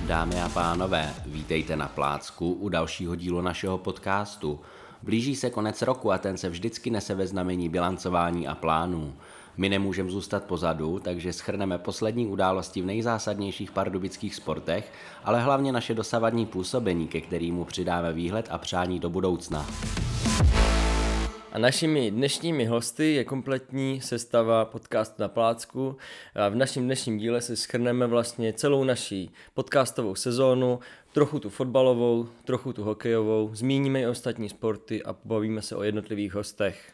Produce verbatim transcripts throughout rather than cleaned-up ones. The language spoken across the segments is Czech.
Dámy a pánové, vítejte na Plácku u dalšího dílu našeho podcastu. Blíží se konec roku a ten se vždycky nese ve znamení bilancování a plánů. My nemůžeme zůstat pozadu, takže shrneme poslední události v nejzásadnějších pardubických sportech, ale hlavně naše dosavadní působení, ke kterému přidáme výhled a přání do budoucna. A našimi dnešními hosty je kompletní sestava podcastu Na Plácku. A v našem dnešním díle se shrneme vlastně celou naší podcastovou sezónu, trochu tu fotbalovou, trochu tu hokejovou, zmíníme i ostatní sporty a pobavíme se o jednotlivých hostech.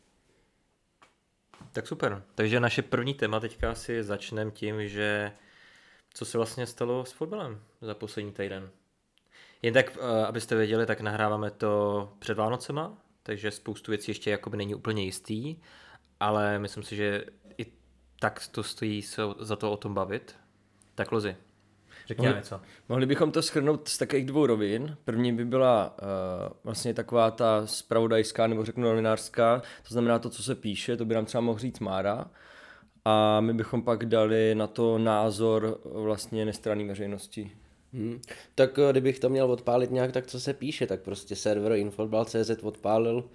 Tak super. Takže naše první téma teďka si začneme tím, že co se vlastně stalo s fotbalem za poslední týden. Jen tak, abyste věděli, tak nahráváme to před Vánocema, takže spoustu věcí ještě jakoby není úplně jistý, ale myslím si, že i tak to stojí za to o tom bavit. Tak Lozi, řekni Mohli, něco. Mohli bychom to shrnout z takových dvou rovin. První by byla uh, vlastně taková ta zpravodajská, nebo řeknu novinářská, to znamená to, co se píše, to by nám třeba mohl říct Mára. A my bychom pak dali na to názor vlastně nestranné veřejnosti. Hmm. Tak kdybych to měl odpálit nějak, tak co se píše, tak prostě server infotbal tečka cé zet odpálil uh,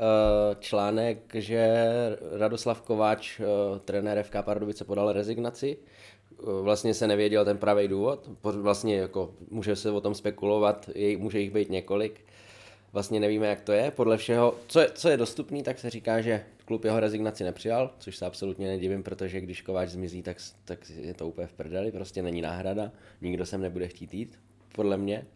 článek, že Radoslav Kováč, uh, trenér F K Pardubice, podal rezignaci. Uh, vlastně se nevěděl ten pravý důvod, vlastně jako může se o tom spekulovat, jej, může jich být několik. Vlastně nevíme, jak to je. Podle všeho, co je, co je dostupný, tak se říká, že klub jeho rezignaci nepřijal, což se absolutně nedivím, protože když Kováč zmizí, tak, tak je to úplně v prdeli, prostě není náhrada, nikdo sem nebude chtít jít, podle mě.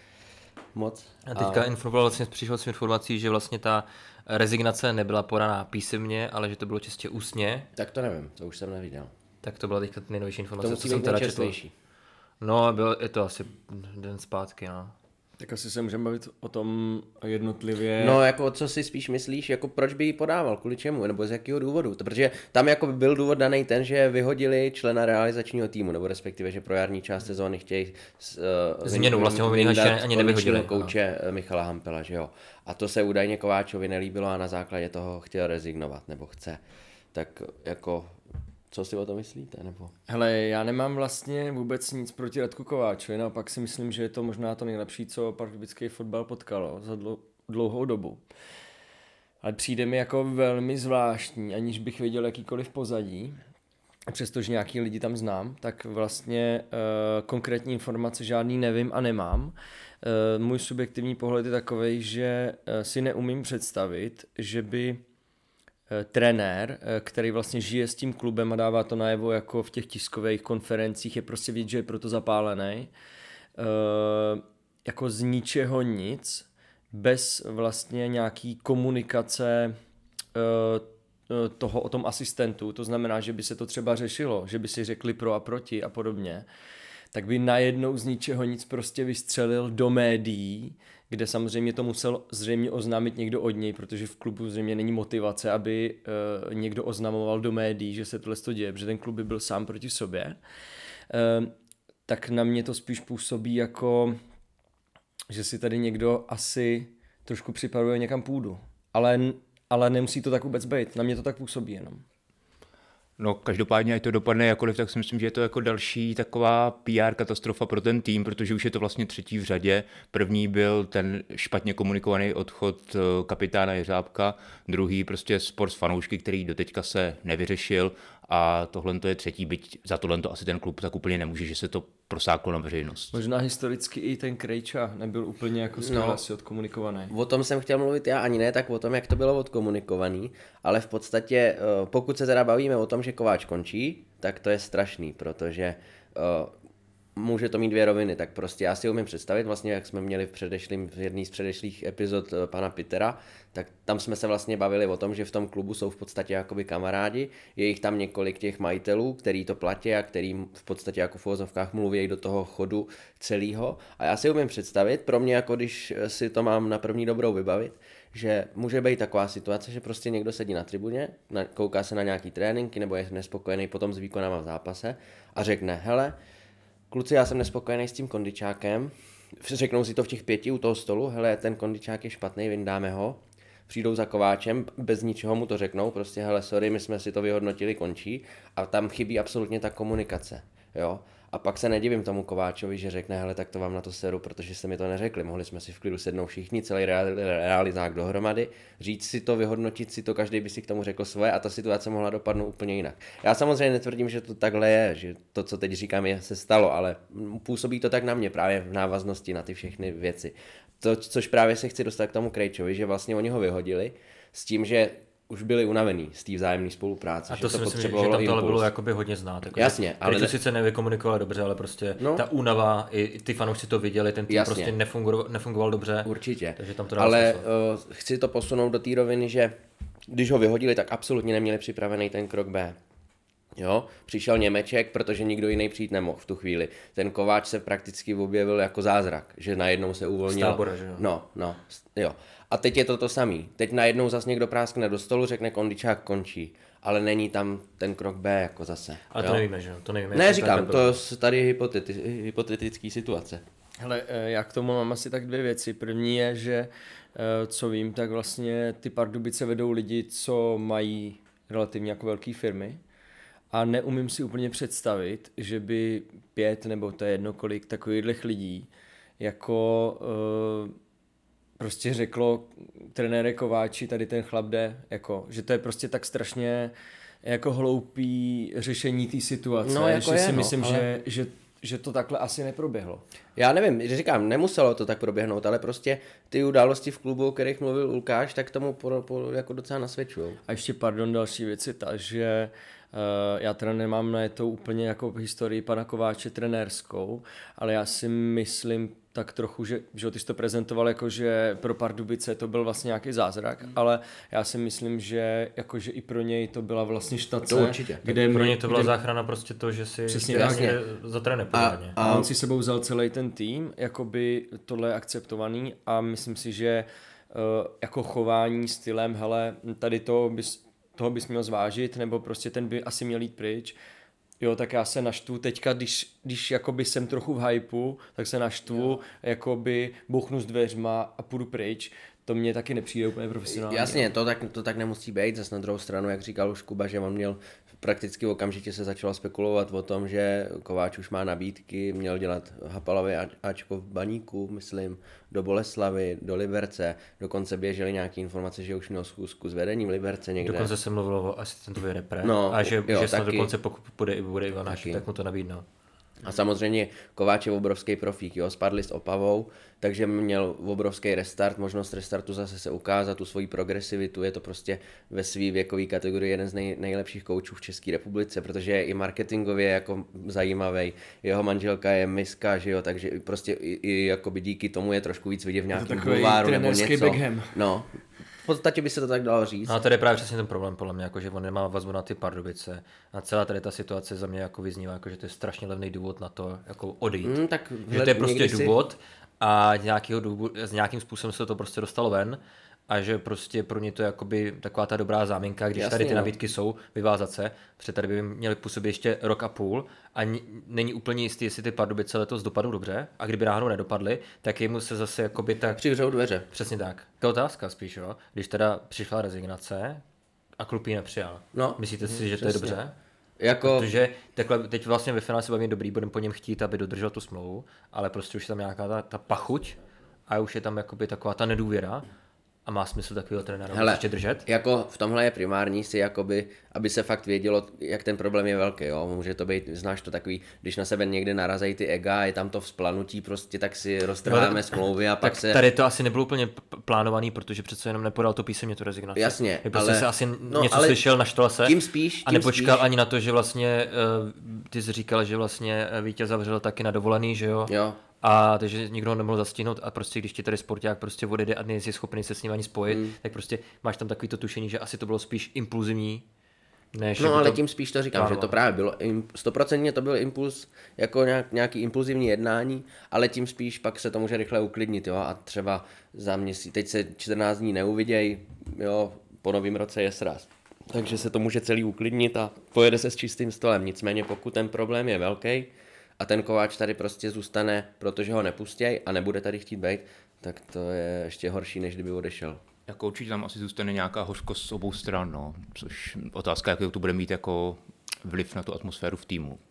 Moc. A teďka a... informoval, vlastně přišel s informací, že vlastně ta rezignace nebyla podaná písemně, ale že to bylo čistě ústně. Tak to nevím, to už jsem neviděl. Tak to byla teďka nejnovější informace, to co jsem teda četl. No, bylo, je to asi den zpátky, no. Tak asi se můžeme bavit o tom jednotlivě. No, jako co si spíš myslíš, jako proč by ji podával, kvůli čemu, nebo z jakého důvodu? To, protože tam jako by byl důvod daný ten, že vyhodili člena realizačního týmu, nebo respektive, že pro jarní část sezóny chtějí uh, změnu, vlastně ho ani nevyhodili. Kouče no. Michala Hampela, že jo. A to se údajně Kováčovi nelíbilo a na základě toho chtěl rezignovat, nebo chce. Tak jako... Co si o to myslíte? Nebo? Hele, já nemám vlastně vůbec nic proti Radku Kováčovi, naopak si myslím, že je to možná to nejlepší, co pardubický fotbal potkalo za dlouhou dobu. Ale přijde mi jako velmi zvláštní, aniž bych věděl jakýkoliv pozadí, přestože nějaký lidi tam znám, tak vlastně uh, konkrétní informace žádný nevím a nemám. Uh, můj subjektivní pohled je takovej, že uh, si neumím představit, že by trenér, který vlastně žije s tím klubem a dává to najevo jako v těch tiskových konferencích, je prostě vidět, že je proto zapálený, jako z ničeho nic, bez vlastně nějaký komunikace toho o tom asistentu, to znamená, že by se to třeba řešilo, že by si řekli pro a proti a podobně, tak by najednou z ničeho nic prostě vystřelil do médií, kde samozřejmě to musel zřejmě oznámit někdo od něj, protože v klubu zřejmě není motivace, aby uh, někdo oznamoval do médií, že se tohle děje, protože ten klub by byl sám proti sobě. Uh, tak na mě to spíš působí jako, že si tady někdo asi trošku připravuje někam půdu. Ale, ale nemusí to tak vůbec být, na mě to tak působí jenom. No každopádně, ať to dopadne jakoliv, tak si myslím, že je to jako další taková P R katastrofa pro ten tým, protože už je to vlastně třetí v řadě. První byl ten špatně komunikovaný odchod kapitána Jeřábka, druhý prostě spor s fanoušky, který doteďka se nevyřešil a tohle to je třetí, byť za tohle to asi ten klub tak úplně nemůže, že se to prosáklo na veřejnost. Možná historicky i ten Krejča nebyl úplně jako skvěle no, asi odkomunikovaný. O tom jsem chtěl mluvit já, ani ne tak o tom, jak to bylo odkomunikovaný, ale v podstatě, pokud se teda bavíme o tom, že Kováč končí, tak to je strašný, protože může to mít dvě roviny, tak prostě já si umím představit, vlastně jak jsme měli v předešlým, v jedné z předešlých epizod pana Pitera, tak tam jsme se vlastně bavili o tom, že v tom klubu jsou v podstatě jakoby kamarádi, je jich tam několik těch majitelů, který to platí a který v podstatě jako v uvozovkách mluví do toho chodu celého. A já si umím představit, pro mě jako když si to mám na první dobrou vybavit, že může být taková situace, že prostě někdo sedí na tribuně, kouká se na nějaký tréninky nebo je nespokojený potom s výkonama v zápase a řekne, hele, kluci, já jsem nespokojený s tím kondičákem, řeknou si to v těch pěti u toho stolu, hele, ten kondičák je špatný, vyndáme ho, přijdou za Kováčem, bez ničeho mu to řeknou, prostě hele, sorry, my jsme si to vyhodnotili, končí a tam chybí absolutně ta komunikace. jo. A pak se nedivím tomu Kováčovi, že řekne, hele, tak to vám na to seru, protože jste mi to neřekli. Mohli jsme si v klidu sednout všichni, celý realizák dohromady, říct si to, vyhodnotit si to, každý by si k tomu řekl svoje a ta situace mohla dopadnout úplně jinak. Já samozřejmě netvrdím, že to takhle je, že to, co teď říkám, je, se stalo, ale působí to tak na mě právě v návaznosti na ty všechny věci. To, což právě se chci dostat k tomu Krejčovi, že vlastně oni ho vyhodili s tím, že už byli unavený z té vzájemné spolupráce. A to že si to myslím, že tam tohle bylo jakoby hodně znát. Jako Jasně, ale... ale... to sice nevykomunikovali dobře, ale prostě no. ta únava, i, i ty fanoušci to viděli, ten tým Jasně. prostě nefungoval, nefungoval dobře. Určitě, takže tam to ale uh, chci to posunout do té roviny, že když ho vyhodili, tak absolutně neměli připravený ten krok B. Jo, přišel Němeček, protože nikdo jiný přijít nemohl v tu chvíli. Ten Kováč se prakticky objevil jako zázrak, že najednou se uvolnil. Tábora, že jo? No, no, jo. A teď je to to samý. Teď najednou zase někdo práskne do stolu, řekne Kondičák končí, ale není tam ten krok B jako zase. Ale jo? to nevíme, že jo? To nevíme. Ne, říkám, to je tady hypoteti- hypotetický situace. Hele, já k tomu mám asi tak dvě věci. První je, že co vím, tak vlastně ty Pardubice vedou lidi, co mají relativně jako velké firmy. A neumím si úplně představit, že by pět nebo to je jedno kolik takových lidí jako uh, prostě řeklo trenére Kováči, tady ten chlap jde, jako, že to je prostě tak strašně jako hloupý řešení té situace, no, jako že je, si no, myslím, ale... že, že, že to takhle asi neproběhlo. Já nevím, říkám, nemuselo to tak proběhnout, ale prostě ty události v klubu, o kterých mluvil Lukáš, tak tomu po, po, jako docela nasvědčují. A ještě, pardon, další věc je ta, že Uh, já teda nemám na to úplně jako historii pana Kováče trenérskou, ale já si myslím tak trochu, že, že ty jsi to prezentoval jako, že pro Pardubice to byl vlastně nějaký zázrak, mm. ale já si myslím, že jako, že i pro něj to byla vlastně štace. To určitě. Kde pro něj to byla kde... záchrana prostě to, že si přesně vlastně za tréne pořádně. A, a on si sebou vzal celý ten tým, jakoby tohle je akceptovaný a myslím si, že uh, jako chování stylem, hele, tady to bys toho bys měl zvážit, nebo prostě ten by asi měl jít pryč. Jo, tak já se naštvu teďka, když, když jakoby jsem trochu v hypeu, tak se naštvu, jo. jakoby bouchnu s dveřma a půjdu pryč. To mně taky nepřijde úplně profesionálně. Jasně, to tak, to tak nemusí být. Zase na druhou stranu, jak říkal už Kuba, že on měl prakticky okamžitě se začalo spekulovat o tom, že Kováč už má nabídky, měl dělat Hapalově Ačko v Baníku, myslím, do Boleslavy, do Liberce. Dokonce běžely nějaké informace, že už měl schůzku s vedením Liberce někde. Dokonce se mluvilo o asistentovi repre no, a že, jo, že snad taky, dokonce pokud bude, bude Ivanáš, tak mu to nabídnou. A samozřejmě Kováč je obrovský profík, jo, spadli s Opavou, takže měl obrovský restart, možnost restartu zase se ukázat, tu svoji progresivitu, je to prostě ve své věkové kategorii jeden z nej, nejlepších koučů v České republice, protože je i marketingově jako zajímavý, jeho manželka je miska, že jo, takže prostě i, i jakoby díky tomu je trošku víc vidět v nějakém bulváru nebo něco. Beckham. No. V podstatě by se to tak dalo říct. No a tady je právě přesně ten problém podle mě, jako, že on nemá vazbu na ty Pardubice a celá tady ta situace za mě jako vyznívá, jako, že to je strašně levný důvod na to jako odejít. Mm, tak že to je prostě důvod si... a nějakýho důvod, s nějakým způsobem se to prostě dostalo ven a že prostě pro ně to je jakoby taková ta dobrá záminka, když Jasně, tady ty nabídky no. jsou, vyvázat se, protože tady by měli působit ještě rok a půl a n- není úplně jistý, jestli ty Pardubice letos dopadnou dobře a kdyby náhodou nedopadly, tak jemu se zase jakoby tak... Přivřou dveře. Přesně tak. To je otázka spíš, jo. Když teda přišla rezignace a klub ji nepřijal. No. Myslíte si, že to Přesně. je dobře? Jako... Protože takhle, teď vlastně ve finále se bavíme dobrý, budeme po něm chtít, aby dodržel tu smlouvu, ale prostě už je tam nějaká ta, ta pachuť a už je tam jakoby taková ta nedůvěra. A má smysl takového trenéra ještě držet? Jako v tomhle je primární si jakoby, aby se fakt vědělo, jak ten problém je velký, jo. Může to být, znáš to takový, když na sebe někde narazají ty ega, je tam to vzplanutí prostě, tak si roztrháme smlouvy a pak tak se... Tady to asi nebylo úplně plánovaný, protože přece jenom nepodal to písemně tu rezignaci. Jasně, je prostě ale... se asi no, něco slyšel, naštval se tím spíš, tím a nepočkal spíš. ani na to, že vlastně, ty jsi říkal, že vlastně Vítě zavřel taky na dovolený, že jo? Jo. A takže nikdo ho nemohl zastihnout a prostě když ti tady sporták prostě odjede a nejsi schopný se s ním ani spojit, mm. tak prostě máš tam takový to tušení, že asi to bylo spíš impulzivní. Než no ale to tím spíš to říkám, plánovat. Že to právě bylo, stoprocentně to byl impuls, jako nějak, nějaký impulzivní jednání, ale tím spíš pak se to může rychle uklidnit, jo, a třeba za měsíc, teď se čtrnáct dní neuviděj, jo, po novém roce je sraz. Takže se to může celý uklidnit a pojede se s čistým stolem, nicméně pokud ten problém je velký, a ten Kováč tady prostě zůstane, protože ho nepustěj a nebude tady chtít být, tak to je ještě horší, než kdyby odešel. Jako určitě tam asi zůstane nějaká hořkost z obou stran, no. Což otázka, jaký to bude mít jako vliv na tu atmosféru v týmu.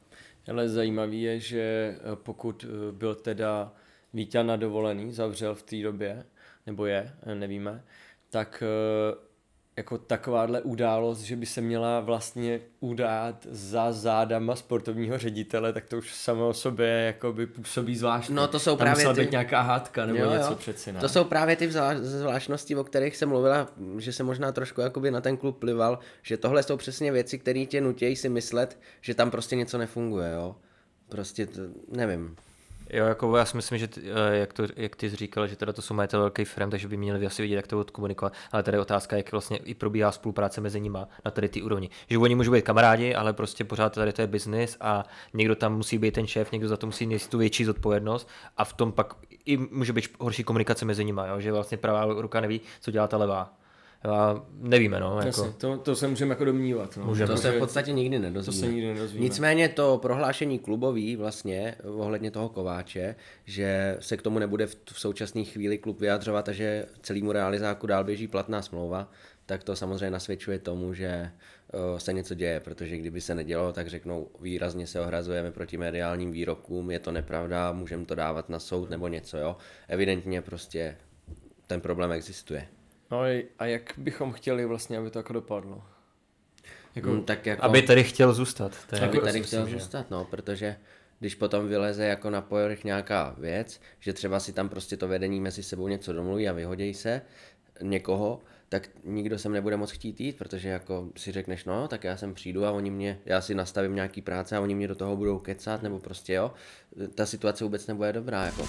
Ale zajímavý je, že pokud byl teda Víťa na dovolený, zavřel v té době, nebo je, nevíme, tak jako takováhle událost, že by se měla vlastně udát za zádama sportovního ředitele, tak to už samo o sobě jakoby působí zvláštně. No to jsou Tam právě musela ty... být nějaká hádka nebo jo, něco jo. přeci, ne? To jsou právě ty zvláš- zvláštnosti, o kterých jsem mluvila, že se možná trošku jakoby na ten klub plival, že tohle jsou přesně věci, které tě nutějí si myslet, že tam prostě něco nefunguje, jo. Prostě to, nevím. Jo, jako já si myslím, že ty, jak, to, jak ty jsi říkal, že teda to jsou majitel velký firm, takže by měli asi vidět, jak to odkomunikovat, ale tady je otázka, jak vlastně i probíhá spolupráce mezi nima na tady ty úrovni. Že oni můžou být kamarádi, ale prostě pořád tady to je business a někdo tam musí být ten šéf, někdo za to musí nést tu větší zodpovědnost a v tom pak i může být horší komunikace mezi nima, jo? Že vlastně pravá ruka neví, co dělá ta levá. A nevíme, no. Jako. Jasně, to, to se můžeme jako domnívat. No. Můžeme. To se v podstatě nikdy nedozvíme. To se nikdy nedozvíme. Nicméně to prohlášení klubový vlastně ohledně toho Kováče, že se k tomu nebude v, v současné chvíli klub vyjadřovat a že celýmu realizáku dál běží platná smlouva, tak to samozřejmě nasvědčuje tomu, že uh, se něco děje, protože kdyby se nedělo, tak řeknou výrazně se ohrazujeme proti mediálním výrokům, je to nepravda, můžeme to dávat na soud nebo něco, jo. Evidentně prostě ten problém existuje. No a jak bychom chtěli vlastně, aby to jako dopadlo? Jako, hmm, tak jako, aby tady chtěl zůstat. To je aby jako tady myslím, chtěl že... zůstat, no, protože když potom vyleze jako na povrch nějaká věc, že třeba si tam prostě to vedení mezi sebou něco domluví a vyhodějí se někoho, tak nikdo sem nebude moc chtít jít, protože jako si řekneš, no, tak já sem přijdu a oni mě, já si nastavím nějaký práce a oni mě do toho budou kecat, nebo prostě jo, ta situace vůbec nebude dobrá, jako.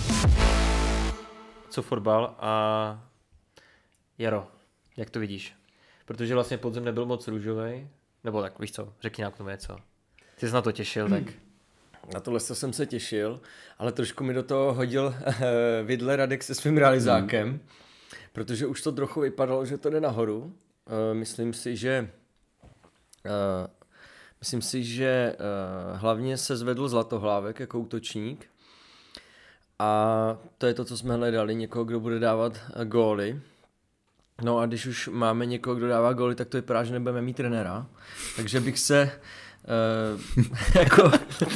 Co fotbal a Jaro, jak to vidíš? Protože vlastně podzim nebyl moc růžovej, nebo tak, víš co, řekni nám k tomu něco. Ty jsi na to těšil, tak... Na tohle jsem se těšil, ale trošku mi do toho hodil vidle Radek se svým realizákem, hmm. protože už to trochu vypadalo, že to jde nahoru. Myslím si, že myslím si, že hlavně se zvedl Zlatohlávek jako útočník a to je to, co jsme hledali, někoho, kdo bude dávat góly. No a když už máme někoho, kdo dává góly, tak to vypadá, že nebudeme mít trenéra. Takže bych se uh, jako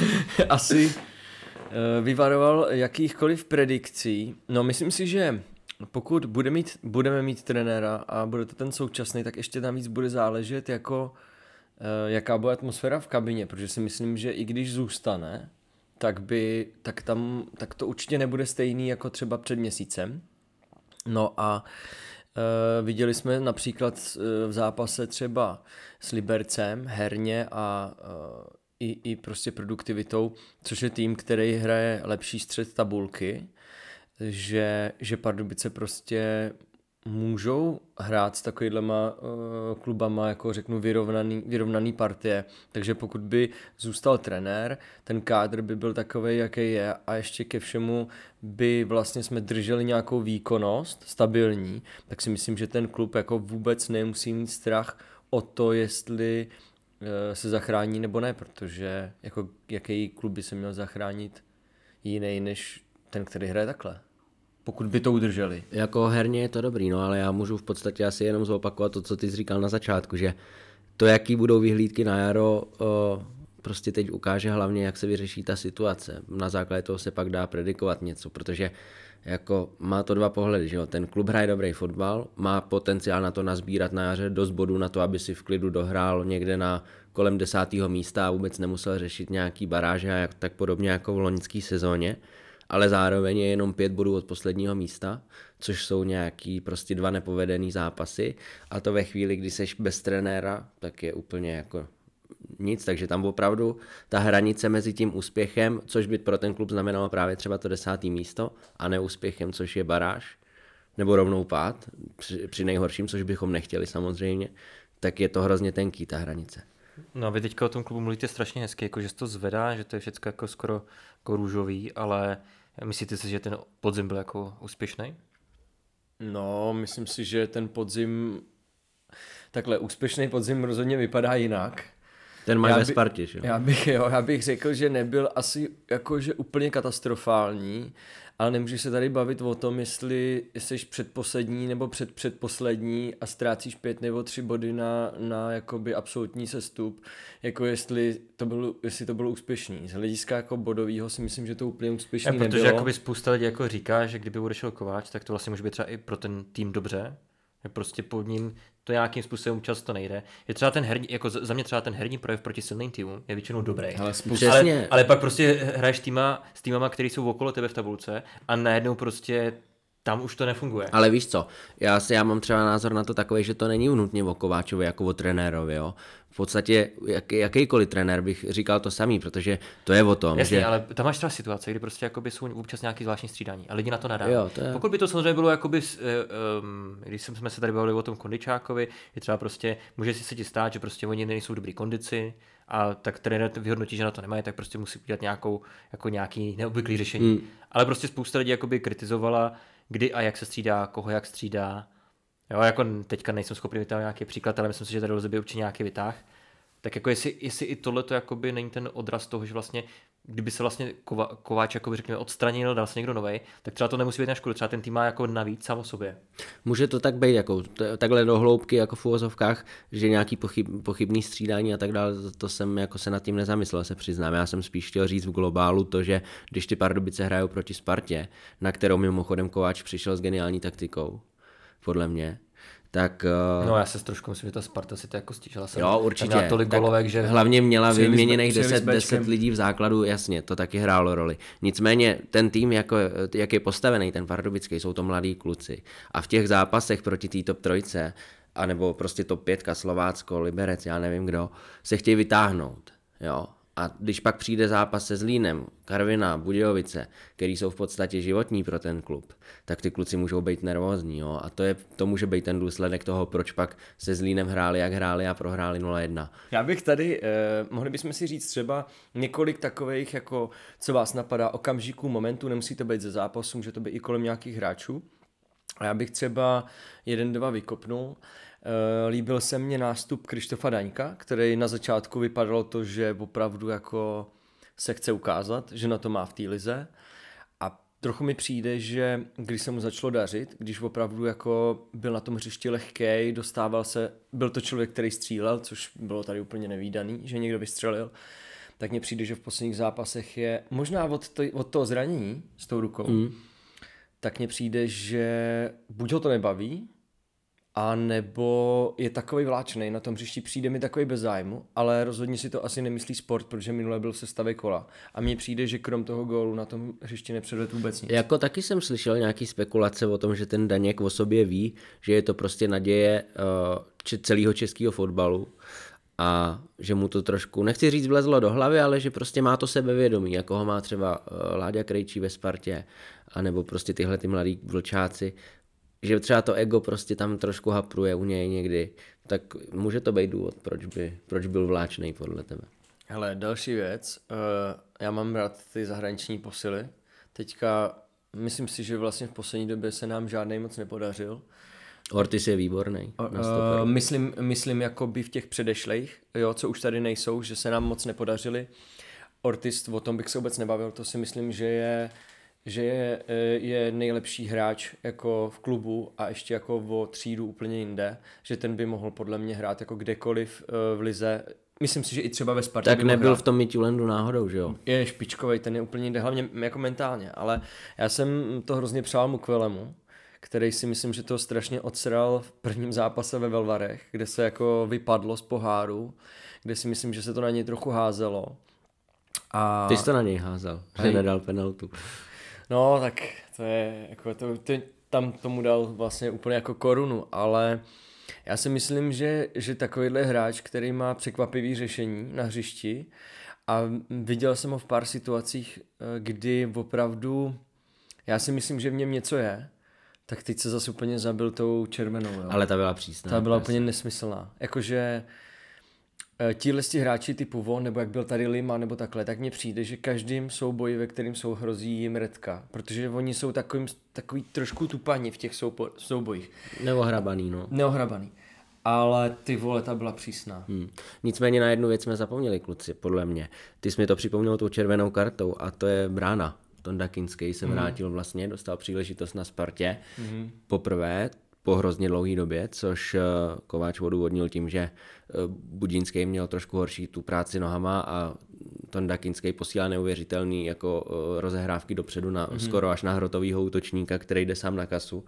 asi uh, vyvaroval jakýchkoliv predikcí. No myslím si, že pokud bude mít, budeme mít trenéra a bude to ten současný, tak ještě tam víc bude záležet, jako, uh, jaká bude atmosféra v kabině, protože si myslím, že i když zůstane, tak, by, tak, tam, tak to určitě nebude stejný jako třeba před měsícem. No a Uh, viděli jsme například uh, v zápase třeba s Libercem herně a uh, i, i prostě produktivitou, což je tým, který hraje lepší střed tabulky, že, že Pardubice prostě můžou hrát s takovýhlema uh, klubama, jako řeknu, vyrovnaný, vyrovnaný partie. Takže pokud by zůstal trenér, ten kádr by byl takovej, jaký je a ještě ke všemu by vlastně jsme drželi nějakou výkonnost stabilní, tak si myslím, že ten klub jako vůbec nemusí mít strach o to, jestli uh, se zachrání nebo ne, protože jako jaký klub by se měl zachránit jiný než ten, který hraje takhle. Pokud by to udrželi. Jako herně je to dobrý, no ale já můžu v podstatě asi jenom zopakovat to, co ty jsi říkal na začátku, že to, jaký budou vyhlídky na jaro, o, prostě teď ukáže hlavně, jak se vyřeší ta situace. Na základě toho se pak dá predikovat něco, protože jako má to dva pohledy, že jo. Ten klub hraje dobrý fotbal, má potenciál na to nazbírat na jaře dost bodů na to, aby si v klidu dohrál někde na kolem desátého místa a vůbec nemusel řešit nějaký baráže a tak podobně jako v loňské sezóně. Ale zároveň je jenom pět bodů od posledního místa, což jsou nějaký prostě dva nepovedený zápasy a to ve chvíli, kdy seš bez trenéra, tak je úplně jako nic, takže tam opravdu ta hranice mezi tím úspěchem, což by pro ten klub znamenalo právě třeba to desátý místo a neúspěchem, což je baráž, nebo rovnou pád, při, při nejhorším, což bychom nechtěli samozřejmě, tak je to hrozně tenký ta hranice. No a vy teďka o tom klubu mluvíte strašně hezky, jako že se to zvedá, že to je všechno jako skoro jako růžový, ale myslíte si, že ten podzim byl jako úspěšný? No, myslím si, že ten podzim, takhle úspěšný podzim rozhodně vypadá jinak. Ten má ve by, Spartě, že? Já bych, jo, já bych řekl, že nebyl asi jakože úplně katastrofální, ale nemůžeš se tady bavit o tom, jestli jsi předposlední nebo předpředposlední a ztrácíš pět nebo tři body na, na jakoby absolutní sestup, jako jestli to bylo, jestli to bylo úspěšný. Z hlediska jako bodovýho si myslím, že to úplně úspěšný nebylo. Protože nebylo. jakoby spousta lidí jako říká, že kdyby odešel Kováč, tak to vlastně může být třeba i pro ten tým dobře. Prostě pod ním to nějakým způsobem často nejde. Je třeba ten herní, jako za mě třeba ten herní projev proti silným týmům je většinou dobrý. Ale, ale, ale pak prostě hraješ týma, s týmama, který jsou okolo tebe v tabulce a najednou prostě tam už to nefunguje. Ale víš co, já, si, já mám třeba názor na to takový, že to není nutně o Kováčovi jako o trenérovi, jo. V podstatě jak, jakýkoliv trenér bych říkal to samý, protože to je o tom, jasně, že... ale tam máš třeba situace, kdy prostě jakoby jsou občas nějaký zvláštní střídání a lidi na to nadávají. Jo, to je... Pokud by to samozřejmě bylo jakoby, um, když jsme se tady bavili o tom Kondičákovi, je třeba prostě, může si se ti stát, že prostě oni nejsou v dobrý kondici a tak trenér vyhodnotí, že na to nemají, tak prostě musí udělat nějakou, jako nějaký neobvyklý řešení. Hmm. Ale prostě spousta lidí jakoby kritizovala, kdy a jak se střídá, koho jak střídá. Jo, jako teďka nejsem schopný vytáhnout nějaký příklad, ale myslím si, že tady lze by určitě nějaký vytáh. Tak jako jestli, jestli i tohle to jakoby není ten odraz toho, že vlastně, kdyby se vlastně Kova, Kováč jakoby řekněme odstranil, dal se někdo novej, tak třeba to nemusí být na škodu, třeba ten tým má jako navíc sám o sobě. Může to tak být, jako t- takhle do hloubky, jako v uvozovkách, že nějaký pochyb, pochybný střídání a tak dále, to jsem jako se nad tím nezamyslel, se přiznám. Já jsem spíš chtěl říct v globálu to, že když ty Pardubice hrajou proti Spartě, na kterou mimochodem Kováč přišel s geniální taktikou, podle mě, tak... Uh... No já se trošku myslím, že ta Sparta si to jako stížila. Jo, určitě. Tolik golovek, že... Hlavně měla vyměněných deset lidí v základu, jasně, to taky hrálo roli. Nicméně ten tým, jako, jak je postavený, ten pardubický, jsou to mladí kluci. A v těch zápasech proti té top trojce, anebo prostě top pětka, Slovácko, Liberec, já nevím kdo, se chtějí vytáhnout, jo. A když pak přijde zápas se Zlínem, Karviná, Budějovice, který jsou v podstatě životní pro ten klub, tak ty kluci můžou být nervózní. Jo? A to, je, to může být ten důsledek toho, proč pak se Zlínem hráli, jak hráli a prohráli nula jedna. Já bych tady, eh, mohli bychom si říct třeba několik takových, jako co vás napadá, okamžiků, momentů, nemusí to být ze zápasu, může to být i kolem nějakých hráčů. A já bych třeba jeden, dva vykopnul. Líbil se mně nástup Krištofa Daňka, který na začátku vypadalo to, že opravdu jako se chce ukázat, že na to má v té lize. A trochu mi přijde, že když se mu začalo dařit, když opravdu jako byl na tom hřišti lehkej, dostával se, byl to člověk, který střílel, což bylo tady úplně nevídaný, že někdo vystřelil, tak mně přijde, že v posledních zápasech je, možná od, to, od toho zranění s tou rukou, mm. tak mně přijde, že buď ho to nebaví, a nebo je takovej vláčnej na tom hřišti, přijde mi takový bez zájmu, ale rozhodně si to asi nemyslí sport, protože minule byl v sestavě kola. A mně přijde, že krom toho gólu na tom hřišti nepředvedl vůbec nic. Jako taky jsem slyšel nějaký spekulace o tom, že ten Daněk o sobě ví, že je to prostě naděje uh, celého českého fotbalu a že mu to trošku, nechci říct vlezlo do hlavy, ale že prostě má to sebevědomí, jako ho má třeba uh, Láďa Krejčí ve Spartě, anebo prostě tyhle ty mladí vlčáci, že třeba to ego prostě tam trošku hapruje u něj někdy, tak může to být důvod, proč, by, proč byl vláčnej podle tebe. Hele, další věc, uh, já mám rád ty zahraniční posily, teďka myslím si, že vlastně v poslední době se nám žádnej moc nepodařil. Ortiz je výborný. Uh, myslím, myslím jakoby v těch předešlejch, jo, co už tady nejsou, že se nám moc nepodařili. Ortiz, o tom bych se vůbec nebavil, to si myslím, že je že je, je nejlepší hráč jako v klubu a ještě jako o třídu úplně jinde, že ten by mohl podle mě hrát jako kdekoliv v lize. Myslím si, že i třeba ve Spartě. Tak nebyl hrát. V tom Midtjulandu náhodou, že jo? Je špičkovej, ten je úplně jinde, hlavně jako mentálně, ale já jsem to hrozně přál Mukvelemu, který si myslím, že to strašně odsral v prvním zápase ve Velvarech, kde se jako vypadlo z poháru, kde si myslím, že se to na něj trochu házelo. A... Ty jsi to na něj házel, že Hej. nedal penaltu. No, tak to je, jako to, to, tam tomu dal vlastně úplně jako korunu, ale já si myslím, že, že takovýhle hráč, který má překvapivý řešení na hřišti a viděl jsem ho v pár situacích, kdy opravdu, já si myslím, že v něm něco je, tak teď se zase úplně zabil tou červenou. Jo. Ale ta byla přísná. Ta byla úplně nesmyslná. Jakože tíhle hráči typu von, nebo jak byl tady Lima, nebo takhle, tak mně přijde, že každým souboji, ve kterým jsou, hrozí jim redka, protože oni jsou takovým, takový trošku tupaní v těch soupo, soubojích. Neohrabaný, no. Neohrabaný. ale ty vole, ta byla přísná. Hmm. Nicméně na jednu věc jsme zapomněli, kluci, podle mě. Ty jsi mi to připomněl tou červenou kartou a to je brána. Tonda Kinský se vrátil vlastně, dostal příležitost na Spartě mm. poprvé po hrozně dlouhé době, což Kováč odůvodnil tím, že Budínský měl trošku horší tu práci nohama a Tonda Kinský posílá neuvěřitelný jako rozehrávky dopředu na, mm. skoro až na hrotovýho útočníka, který jde sám na kasu.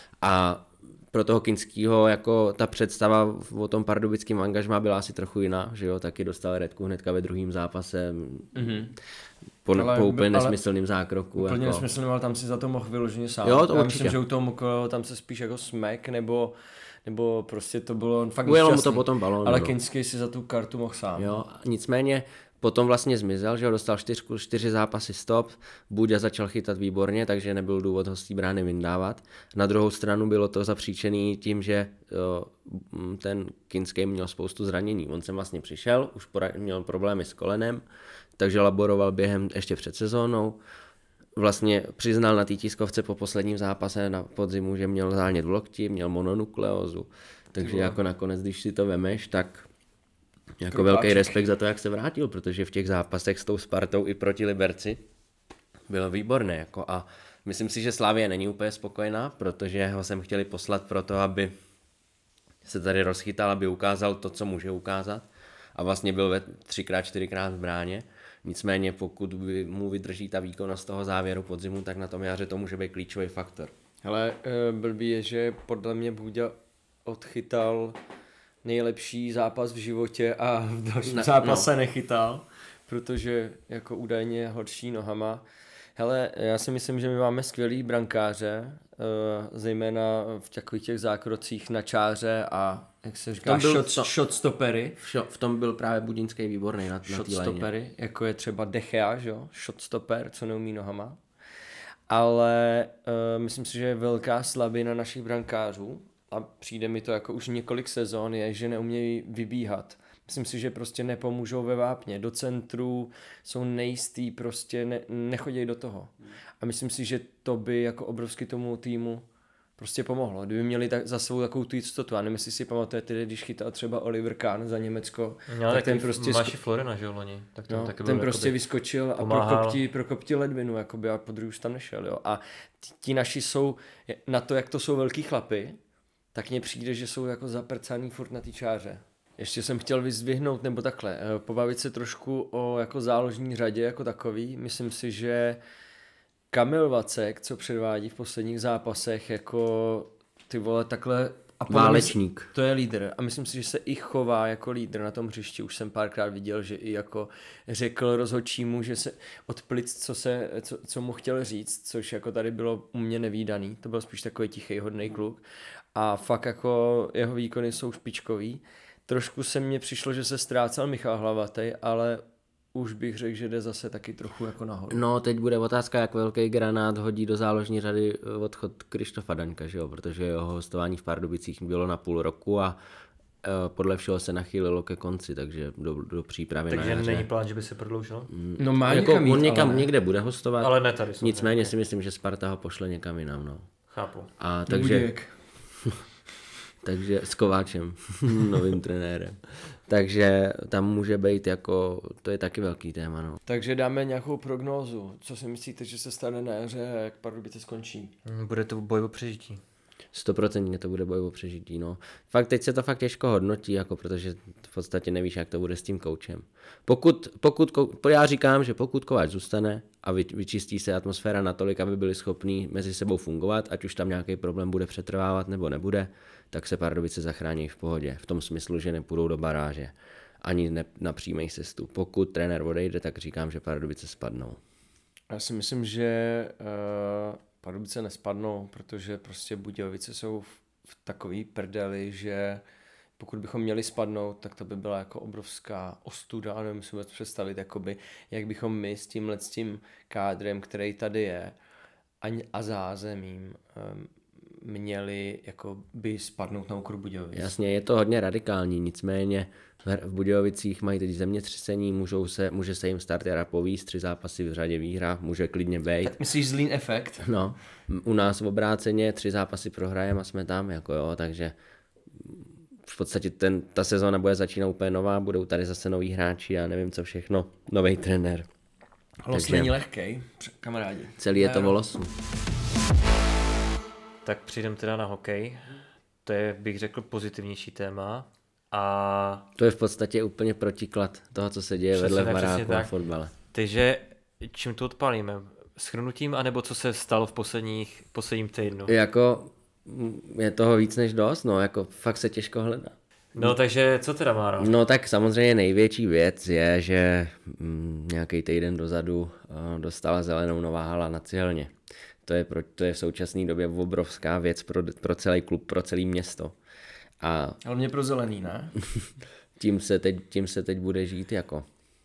A pro toho Kinskýho jako ta představa o tom pardubickém angažmá byla asi trochu jiná, že jo, taky dostal redku hnedka ve druhém zápase mm-hmm. po, po úplně nesmyslným zákroku. Úplně jako... nesmyslným, ale tam si za to mohl vyloženě sám. Jo, to Já určitě. myslím, že u toho mohl, tam se spíš jako smek, nebo, nebo prostě to bylo fakt Ujelo mu nešťastný. to potom balón. Ale no. Kinský si za tu kartu mohl sám. Jo, nicméně potom vlastně zmizel, že ho dostal čtyřku, čtyři zápasy stop, Buďa začal chytat výborně, takže nebyl důvod ho z té brány vyndávat. Na druhou stranu bylo to zapříčený tím, že jo, ten Kinský měl spoustu zranění. On sem vlastně přišel, už měl problémy s kolenem, takže laboroval během ještě před sezónou. Vlastně přiznal na té tiskovce po posledním zápase na podzimu, že měl zánět v lokti, měl mononukleózu. Takže Tyvo. jako nakonec, když si to vemeš, tak jako Krupáček. Velký respekt za to, jak se vrátil, protože v těch zápasech s tou Spartou i proti Liberci bylo výborné. Jako a myslím si, že Slavie není úplně spokojená, protože ho sem chtěli poslat proto, aby se tady rozchytal, aby ukázal to, co může ukázat. A vlastně byl ve třikrát, čtyřikrát v bráně. Nicméně pokud mu vydrží ta výkonnost toho závěru podzimu, tak na tom jaře to může být klíčový faktor. Hele, blbý je, že podle mě Buďa odchytal nejlepší zápas v životě a v dalším ne, zápase no. nechytal, protože jako údajně horší nohama. Hele, já si myslím, že my máme skvělý brankáře, zejména v takových těch zákrocích na čáře a jak se říká, shot, to, shot stoppery. V tom byl právě Budínský výborný na, na shot té léně. Stoppery, jako je třeba De Gea, že jo? Shot stopper, co neumí nohama. Ale uh, myslím si, že je velká slabina našich brankářů a přijde mi to jako už několik sezon, je, že neumějí vybíhat. Myslím si, že prostě nepomůžou ve vápně. Do centru jsou nejistý, prostě ne, nechodějí do toho. A myslím si, že to by jako obrovsky tomu týmu prostě pomohlo. Kdyby měli tak, za svou takovou tu jistotu. A nevím, jestli si pamatujete, když chytal třeba Oliver Kahn za Německo. No, tak ten prostě... Máši Florina, že jo, loni. Tak ten, no, taky ten byl prostě jakoby vyskočil a pomáhal. prokopti, prokopti ledvinu, jakoby, a po druhý už tam nešel. Jo. A ti, ti naši jsou, na to, jak to jsou velký chlapy, tak mně přijde, že jsou jako zaprcaný furt na té čáře. Ještě jsem chtěl vyzdvihnout, nebo takhle, pobavit se trošku o jako záložní řadě jako takový. Myslím si, že Kamil Vacek, co předvádí v posledních zápasech, jako ty vole takhle... A válečník. To je lídr a myslím si, že se i chová jako lídr na tom hřišti. Už jsem párkrát viděl, že i jako řekl rozhodčímu, že se od plic, co, se, co, co mu chtěl říct, což jako tady bylo u mě nevídaný. To byl spíš takový tichý, hodnej kluk. A fakt jako jeho výkony jsou špičkový. Trošku se mně přišlo, že se ztrácel Michal Hlavatej, ale už bych řekl, že jde zase taky trochu jako nahoru. No, teď bude otázka, jak velký granát hodí do záložní řady odchod Krištofa Daňka, že jo? Protože jeho hostování v Pardubicích bylo na půl roku a uh, podle všeho se nachýlilo ke konci, takže do, do přípravy takže na jaře. Takže není plán, že by se prodloužil? No má jako někam jít, on někam ale ne. někde bude hostovat, ale ne tady. Nicméně si myslím, že Sparta ho pošle někam jinam, no. Chápu. A takže... takže s Kováčem, novým trenérem. Takže tam může být jako, to je taky velký téma, no. Takže dáme nějakou prognózu. Co si myslíte, že se stane na jaře, jak Pardubice skončí? Bude to boj o přežití. Stoprocentně to bude boj o přežití, no. Fakt teď se to fakt těžko hodnotí, jako protože v podstatě nevíš, jak to bude s tím koučem. Pokud, pokud, já říkám, že pokud Kováč zůstane a vyčistí se atmosféra natolik, aby byli schopní mezi sebou fungovat, ať už tam nějaký problém bude přetrvávat nebo nebude, tak se Pardubice zachrání v pohodě. V tom smyslu, že nepůjdou do baráže. Ani ne, na přímý cestu. Pokud trenér odejde, tak říkám, že Pardubice spadnou. Já si myslím, že uh, Pardubice nespadnou, protože prostě Budějovice jsou v, v takový prdeli, že pokud bychom měli spadnout, tak to by byla jako obrovská ostuda a nevím si vůbec představit, jakoby, jak bychom my s tímhle s tím kádrem, který tady je a, a zázemím um, měli jako by spadnout na úkor Budějovic. Jasně, je to hodně radikální, nicméně v Budějovicích mají teď zemětřesení, můžou se, může se jim start jara povíst, tři zápasy v řadě výhra, může klidně být. Tak myslíš zlý efekt? No, u nás v obráceně tři zápasy prohrajeme a jsme tam, jako jo, takže v podstatě ten, ta sezóna bude začínat úplně nová, budou tady zase noví hráči, já nevím co všechno, nový trenér. Los Takže není lehkej, kamarádi. celý je to o losu. Tak přijdem teda na hokej. To je, bych řekl, pozitivnější téma. A To je v podstatě úplně protiklad toho, co se děje Přesně vedle v tak, přesně baráku na tak. fotbale. takže čím to odpálíme? Shrnutím, anebo co se stalo v posledních, posledním týdnu? Jako mm, je toho víc než dost, no, jako fakt se těžko hledá. No takže co teda, Máro? No tak samozřejmě největší věc je, že mm, nějaký týden dozadu uh, dostala zelenou nová hala na Cihelně. To je, pro, to je v současné době obrovská věc pro, pro celý klub, pro celé město. A Ale mě pro zelený, ne? tím se, teď, tím se teď bude žít jako.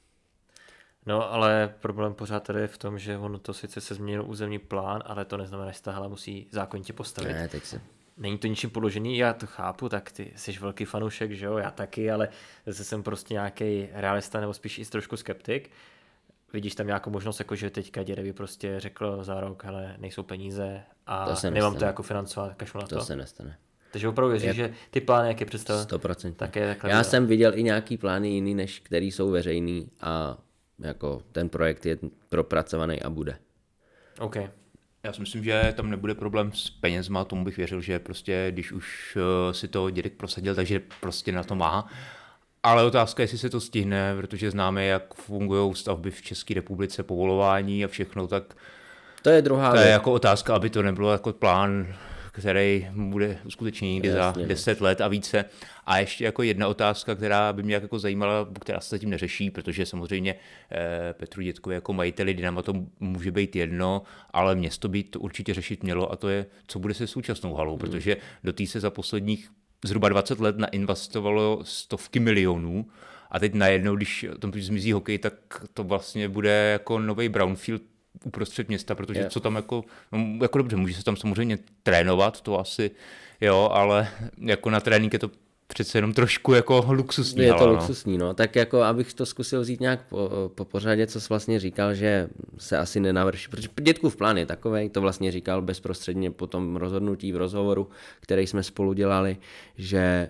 No ale problém pořád tady je v tom, že ono to sice se změnil územní plán, ale to neznamená, že se ta hala musí zákonitě postavit. Ne, teď se... Není to ničím podložený, já to chápu, tak ty jsi velký fanoušek, že jo, já taky, ale zase jsem prostě nějaký realista nebo spíš i trošku skeptik. Vidíš tam nějakou možnost, jako že teďka děda by prostě řekl za rok, hele, nejsou peníze a To se nemám nestane. to jako financovat, kašlu na to. To se nestane. Takže opravdu věříš, Je- že ty plány, jak je představil, sto procent. tak je takhle. Já bude. jsem viděl i nějaký plány jiný, než který jsou veřejný a jako ten projekt je propracovaný a bude. OK. Já si myslím, že tam nebude problém s penězma, tomu bych věřil, že prostě když už eh, si to dědek prosadil, takže prostě na to má. Ale otázka je, jestli se to stihne, protože známe, jak fungují stavby v České republice, povolování a všechno, tak To je druhá to je věc. jako otázka, aby to nebylo jako plán, který bude uskutečněný někdy za Jasně, no. deset let a více. A ještě jako jedna otázka, která by mě jako zajímala, která se zatím neřeší, protože samozřejmě eh, Petru Dětkovi jako majiteli Dynama to může být jedno, ale město by to určitě řešit mělo a to je, co bude se současnou halou, protože do té se za posledních zhruba dvacet let nainvestovalo stovky milionů a teď najednou, když tam zmizí hokej, tak to vlastně bude jako nový brownfield uprostřed města, protože Je. co tam jako, no, jako dobře, může se tam samozřejmě trénovat, to asi, jo, ale jako na trénink je to přece jenom trošku jako luxusní Je hala, to no. luxusní, no. Tak jako abych to zkusil vzít nějak po, po pořadě, co jsi vlastně říkal, že se asi nenavrší, protože Dětkův plán je takovej, to vlastně říkal bezprostředně po tom rozhodnutí v rozhovoru, který jsme spolu dělali, že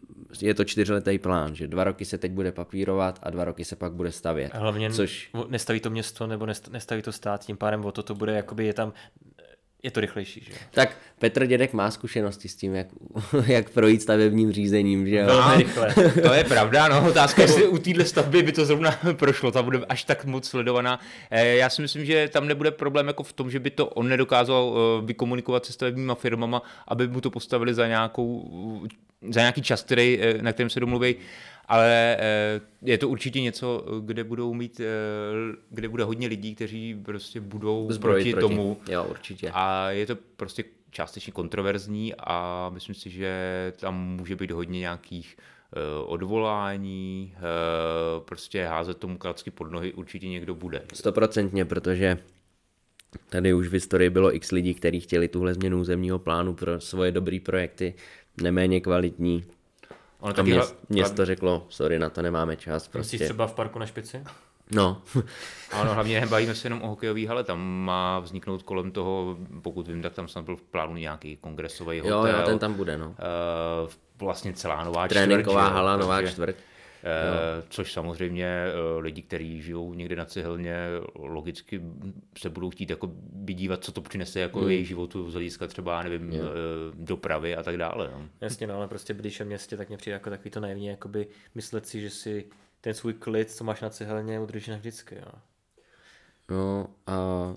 je to čtyřletý plán, že dva roky se teď bude papírovat a dva roky se pak bude stavět. A hlavně Což nestaví to město nebo nest- nestaví to stát, tím pádem o to to bude, jakoby je tam, je to rychlejší, že jo. tak Petr Dědek má zkušenosti s tím, jak, jak projít stavebním řízením, že jo. Velmi rychle. To je pravda, no, otázka, jestli u téhle stavby by to zrovna prošlo, ta bude až tak moc sledovaná. Eh, Já si myslím, že tam nebude problém jako v tom, že by to on nedokázal eh, vykomunikovat se stavebníma firmama, aby mu to postavili za nějakou, za nějaký čas, který, eh, na kterém se domluví, ale eh, je to určitě něco, kde budou mít, eh, kde bude hodně lidí, kteří prostě budou Zbrojit proti, proti tomu. Jo, určitě. A je to prostě částečně kontroverzní a myslím si, že tam může být hodně nějakých uh, odvolání, uh, prostě házet tomu klacky pod nohy určitě někdo bude. Stoprocentně, protože tady už v historii bylo x lidí, kteří chtěli tuhle změnu územního plánu pro svoje dobrý projekty, neméně kvalitní. Ono A taky měst, hla- město řeklo, sorry, na to nemáme čas. Myslíš Prostě. třeba v parku na Špici? No, A ono hlavně nebavíme se jenom o hokejový hale, tam má vzniknout kolem toho, pokud vím, tak tam snad byl v plánu nějaký kongresový jo, hotel. jo, ten tam bude, no. Uh, vlastně celá nová Tréninková čtvrť, že jo, hala, nová takže- čtvrť. Eh, což samozřejmě eh, lidi, kteří žijou někde na Cihelně, logicky se budou chtít jako by dívat, co to přinese jako Hmm. jejich životu z hlediska třeba, nevím, eh, dopravy a tak dále. No. Jasně, no, ale prostě bydlíš v městě, tak mě přijde jako takový to naivní, jakoby myslet si, že si ten svůj klid, co máš na cihelně, udržíš navždycky, jo. No a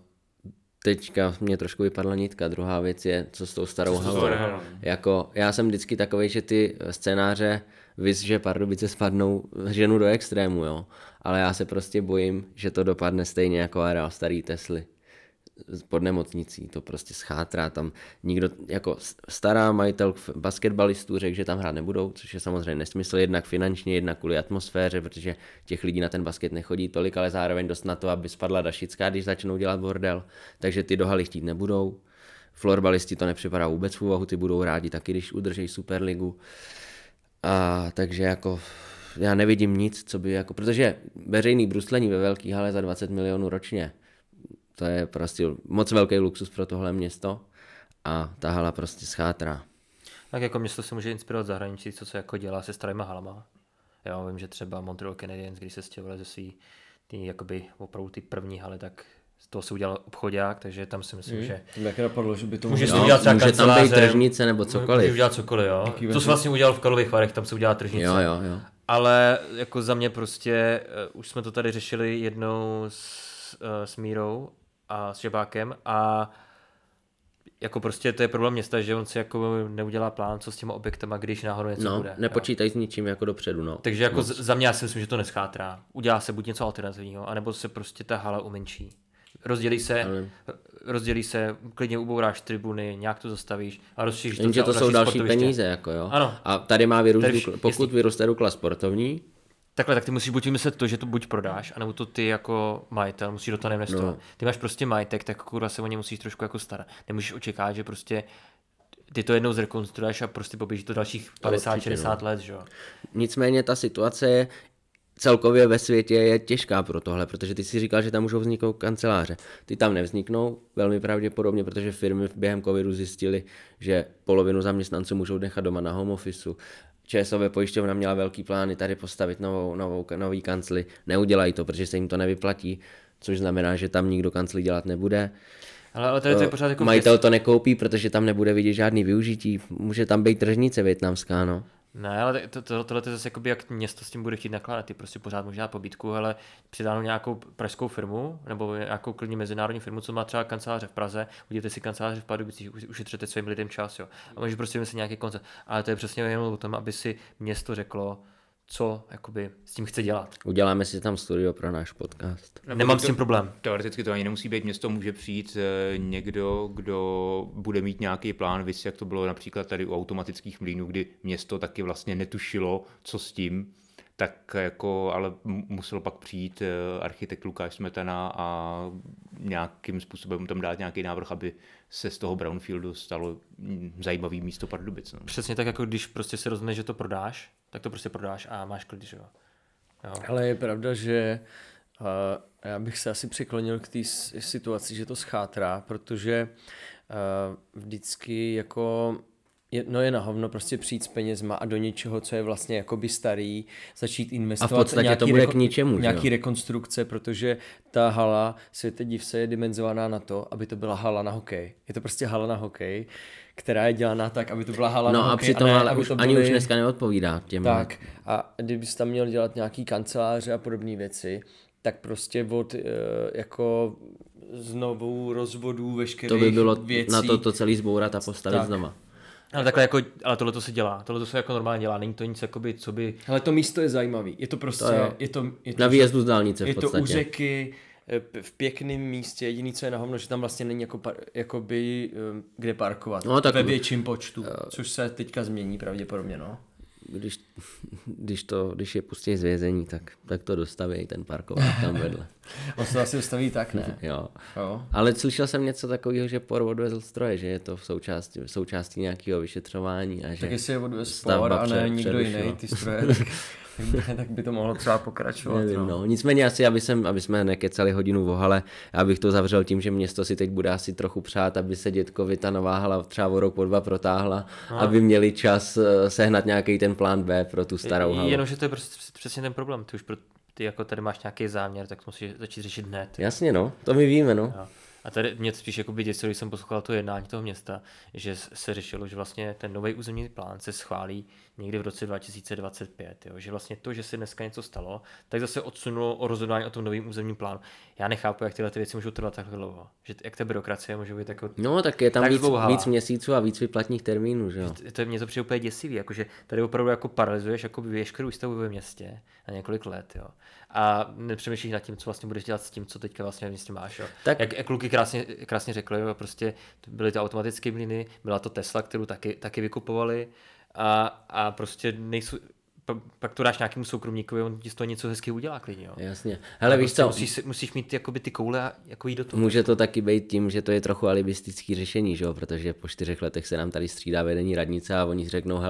teďka mě trošku vypadla nitka. Druhá věc je, co s tou starou Co s tou halou. starou halou? Jako, já jsem vždycky takovej, že ty scénáře, vys, že Pardubice spadnou, ženu do extrému, jo. Ale já se prostě bojím, že to dopadne stejně jako areál starý Tesly pod nemocnicí, to prostě schátrá tam nikdo, jako stará majitel basketbalistů řekl, že tam hrát nebudou, což je samozřejmě nesmysl, jednak finančně, jednak kvůli atmosféře, protože těch lidí na ten basket nechodí tolik, ale zároveň dost na to, aby spadla Dašická, když začnou dělat bordel, takže ty do haly chtít nebudou. Florbalisti to nepřipadá vůbec v úvahu, ty budou rádi taky, když udrží Superligu. A takže jako já nevidím nic, co by jako, protože veřejný bruslení ve velký hale za dvacet milionů ročně, to je prostě moc velký luxus pro tohle město a ta hala prostě schátrá. Tak jako město se může inspirovat zahraničí, co se jako dělá se starýma halama. Já vím, že třeba Montreal Canadiens, když se stěhovali ze svý, ty jakoby opravdu ty první haly, tak z toho se udělal obchodák, takže tam si myslím, mm. že... Jak napadlo, že by to můžeš mohlo... to udělat třeba může tam být tržnice nebo cokoliv. Můžeš udělat cokoliv, jo. Taký to jsi vlastně udělal v Karlových Varech, tam se udělala tržnice. Jo, jo, jo. Ale jako za mě prostě, uh, už jsme to tady řešili jednou s, uh, s Mírou a s Žebákem a jako prostě to je problém města, že on si jako neudělá plán, co s těma objektama, když náhodou něco no, bude. nepočítaj s ničím jako dopředu, no. Takže jako z, za mě já si myslím, že to neschátrá. Udělá se buď něco alternativního, anebo se prostě ta hala umenší. Rozdělí se, Ale... rozdělí se, klidně ubouráš tribuny, nějak to zastavíš a rozšíříš to. Jenže to jsou další peníze, jako jo. Ano. A tady má vyrůst, tady, pokud jestli... vyroste Dukla sportovní. Takhle, tak ty musíš buď vymyslet to, že to buď prodáš, anebo to ty jako majitel musíš do toho investovat. No. Ty máš prostě majitek, tak kurva se o ně musíš trošku jako starat. Nemůžeš očekávat, že prostě ty to jednou zrekonstruuješ a prostě poběží to dalších padesát šedesát no. let, že jo. Nicméně ta situace je celkově ve světě je těžká pro tohle, protože ty si říkal, že tam můžou vzniknout kanceláře. Ty tam nevzniknou, velmi pravděpodobně, protože firmy během covidu zjistily, že polovinu zaměstnanců můžou nechat doma na home officeu. ČSOB pojišťovna měla velký plány tady postavit novou, novou, nový kancli. Neudělají to, protože se jim to nevyplatí, což znamená, že tam nikdo kancli dělat nebude. Ale, ale tady to je pořád jako majitel to nekoupí, protože tam nebude vidět žádný využití. Může tam být tržnice vietnamská, no. Ne, ale to, to, tohle je zase jakoby, jak město s tím bude chtít nakládat. Ty prostě pořád může dát pobídku, ale přidáno nějakou pražskou firmu nebo nějakou klidně mezinárodní firmu, co má třeba kanceláře v Praze, udělejte si kanceláře v Pardubicích, ušetřete svým lidem čas, jo. A můžeš prostě vymyslet nějaký koncept. Ale to je přesně jenom o tom, aby si město řeklo, co jakoby s tím chce dělat. Uděláme si tam studio pro náš podcast. Nemám s tím problém. Teoreticky to ani nemusí být město, může přijít někdo, kdo bude mít nějaký plán, víš, jak to bylo například tady u automatických mlýnů, kdy město taky vlastně netušilo, co s tím, tak jako, ale musel pak přijít architekt Lukáš Smetana a nějakým způsobem tam dát nějaký návrh, aby se z toho brownfieldu stalo zajímavý místo Pardubic. No. Přesně tak, jako když prostě si rozhodneš, že to prodáš, tak to prostě prodáš a máš klid, že jo. jo. Ale je pravda, že uh, já bych se asi přiklonil k té situaci, že to schátrá, protože uh, vždycky jako je, no je na hovno prostě přijít s penězma a do něčeho, co je vlastně jakoby starý, začít investovat. A v podstatě to bude reko- k ničemu, nějaký rekonstrukce, protože ta hala Světe div se je dimenzovaná na to, aby to byla hala na hokej. Je to prostě hala na hokej, která je dělaná tak, aby to byla hala no na a hokej. přitom a ne, ale aby už to ani byly... už dneska neodpovídá těm. Tak a kdybys tam měl dělat nějaký kanceláře a podobné věci, tak prostě od jako znovu rozvodů veškerých to by bylo věcí. Na to to celý zbourat a postavit tak. znova. Ale takhle jako, ale tohle to se dělá, tohle to se jako normálně dělá, není to nic jakoby, co by... Ale to místo je zajímavý, je to prostě, to je to, je to na výjezdu z dálnice v je podstatě. to u řeky, v pěkném místě, jediný, co je na hovno, že tam vlastně není jako par, jakoby, kde parkovat, no, tak... ve větším počtu, což se teďka změní pravděpodobně, no. Když, když, to, když je pustí z vězení, tak, tak to dostaví ten parkovák tam vedle. On se asi dostaví tak, ne? jo. jo. Ale slyšel jsem něco takového, že Por odvezl stroje, že je to v součástí, v součástí nějakého vyšetřování. A že tak jestli je odvez Por a ne nikdo jiný ty stroje, tak, tak by to mohlo třeba pokračovat. Nevím, no. no. Nicméně asi, aby, jsem, aby jsme nekecali hodinu v hale, abych to zavřel tím, že město si teď bude asi trochu přát, aby se dětkovi ta nová hala třeba o rok po dva protáhla, no. aby měli čas sehnat nějaký ten plán B pro tu starou halu. Jenomže to je prostě přesně ten problém. Ty už pro, ty jako tady máš nějaký záměr, tak to musíš začít řešit hned. Jasně, no, to my víme, no. Jo. A tady mě spíš jako by děsilo, když jsem poslouchal to jednání toho města, že se řešilo, že vlastně ten nový územní plán se schválí někdy v roce dva tisíce dvacet pět. Jo? Že vlastně to, že se dneska něco stalo, tak zase odsunulo o rozhodování o tom novém územním plánu. Já nechápu, jak tyhle ty věci můžou trvat tak dlouho. Že jak ta byrokracie může být jako. No, tak je tam tak víc, víc měsíců a víc vyplatních termínů, že jo. To je mě to přijde úplně děsivý, jakože tady opravdu jako paralyzuješ jako veškerou výstavu ve městě na několik let, jo. A nepřemýšlíš nad tím, co vlastně budeš dělat s tím, co teďka vlastně v městě máš, jo. Tak jak, jak kluky krásně, krásně řekli, jo, prostě byly to automatické mlýny, byla to Tesla, kterou taky, taky vykupovali a, a prostě nejsou, pak to dáš nějakému soukromníkovi, on ti z toho něco hezky udělá klidně, jo. Jasně. Hele, víš prostě co? Musíš, musíš mít jakoby ty koule a jako jít do toho. Může to taky být tím, že to je trochu alibistický řešení, že jo, protože po čtyřech letech se nám tady střídá vedení radnice a oni řeknou, hele,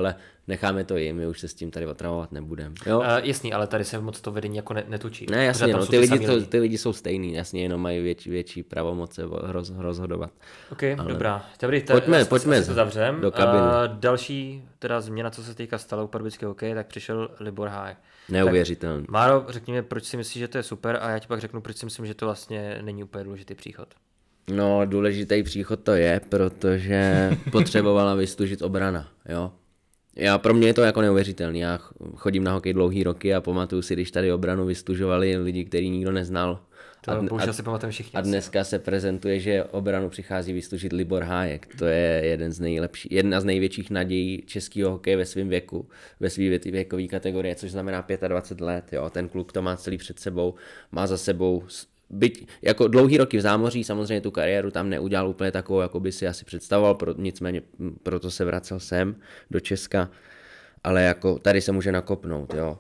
necháme to jim, my už se s tím tady otravovat nebudeme. Jo? Uh, jasný, ale tady se moc to vedení jako ne, netučí. Ne, jasně, no, ty, lidi, lidi. to, ty lidi jsou stejný, jasně, jenom mají větší, větší pravomoce roz, rozhodovat. Ok, ale... dobrá. Dobrý, ta, pojďme, asi, pojďme asi to zavřem. do kabiny. Uh, další teda změna, co se týká stala u pardubického hokeje, tak přišel Libor Hájek. Neuvěřitelný. Máro, řekni mi, proč si myslíš, že to je super a já ti pak řeknu, proč si myslím, že to vlastně není úplně důležitý příchod. No, důležitý příchod to je, protože potřebovala vystužit obrana, jo. Já, pro mě je to jako neuvěřitelný, já chodím na hokej dlouhý roky a pamatuju si, když tady obranu vystužovali lidi, který nikdo neznal. To a, bohužel a, si pamatujeme všichni. A dneska se prezentuje, že obranu přichází vystužit Libor Hájek. To je jeden z nejlepší, jedna z největších nadějí českého hokeje ve svém věku, ve své věkové kategorii, což znamená dvacet pět let. Jo. Ten kluk to má celý před sebou, má za sebou, byť jako dlouhý roky v zámoří, samozřejmě tu kariéru tam neudělal úplně takovou, jako by si asi představoval, pro, nicméně proto se vracel sem do Česka, ale jako tady se může nakopnout, jo.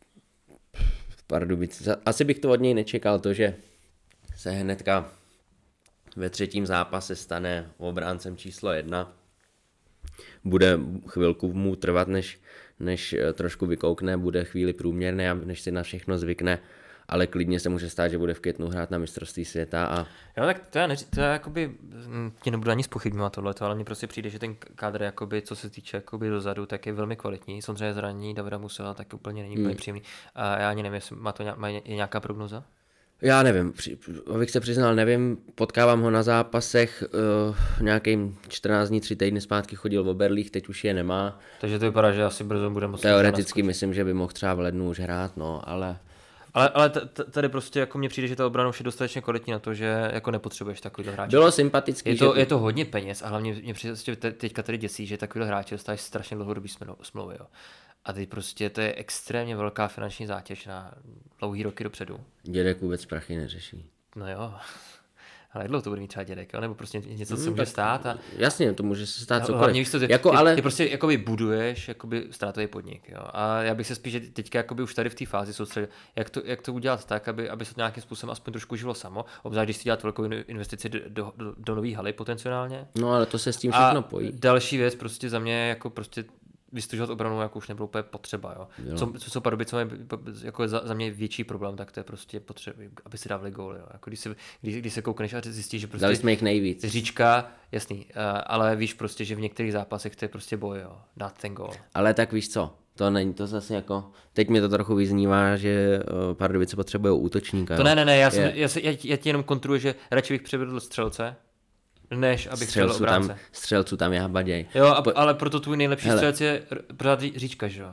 V Pardubici. Asi bych to od něj nečekal, to, že se hnedka ve třetím zápase stane obráncem číslo jedna. Bude chvilku mu trvat, než, než trošku vykoukne, bude chvíli průměrný, než si na všechno zvykne, ale klidně se může stát, že bude v květnu hrát na mistrovství světa. A... Jo, tak to já, neři, to já jakoby, ti nebudu ani zpochybňovat tohleto, ale mně prostě přijde, že ten kádr, jakoby, co se týče jakoby dozadu, tak je velmi kvalitní. Samozřejmě zranění Davida Musela tak úplně není úplně hmm. příjemný. A já ani nevím, jestli má to má, je nějaká prognoza? Já nevím, abych se přiznal, nevím, potkávám ho na zápasech, uh, nějakým čtrnáct dní, tři týdny zpátky chodil v Oberlích, teď už je nemá. Takže to vypadá, že asi brzo bude moct. Teoreticky myslím, že by mohl třeba v lednu už hrát, no, ale... Ale, ale t- t- tady prostě jako mně přijde, že ta obrana už je dostatečně kvalitní na to, že jako nepotřebuješ takovýhle hráče. Bylo sympatický, je to, že... je to hodně peněz a hlavně mě přijde, že te- teďka tady děsí, že takovýhle hráče dostáš strašně dlouhodobý smlouvy, jo. A teď prostě to je extrémně velká finanční zátěž na dlouhý roky dopředu. Dědek vůbec prachy neřeší. No jo, ale jak dlouho to bude mít třeba dědek, jo? Nebo prostě něco, co se může stát. A... Jasně, to může se stát cokoliv. Hlavně víš to, jako, ty, ale... ty prostě jakoby buduješ jakoby ztrátový podnik. Jo? A já bych se spíš teďka jakoby už tady v té fázi soustředil, jak to, jak to udělat tak, aby, aby se to nějakým způsobem aspoň trošku žilo samo, obzvlášť když si dělat velkou investici do, do, do, do nový haly potenciálně. No ale to se s tím všechno a pojí. Další věc prostě za mě jako prostě vystužovat obranu jako už nebylo úplně potřeba. Jo? Jo. Co, co, co Pardubice je jako za, za mě větší problém, tak to je prostě potřeba, aby si dávali góly. Jo? Jako když, se, když, když se koukneš a zjistíš, že prostě Dali jsme jich nejvíc. Říčka, jasný, uh, ale víš prostě, že v některých zápasech to je prostě boj, jo, dát ten gól. Ale tak víš co, to není to zase jako, teď mi to trochu vyznívá, že uh, Pardubice potřebují útočníka. To jo? ne, ne, ne, já, jsem, je... já, já, já ti jenom kontruji, že radši bych přivedl střelce, než abych střelců střelil obránce. Tam, střelců tam já baděj. Jo, a, po... ale proto tvůj nejlepší Hele. střelec je pořád Říčka, že jo?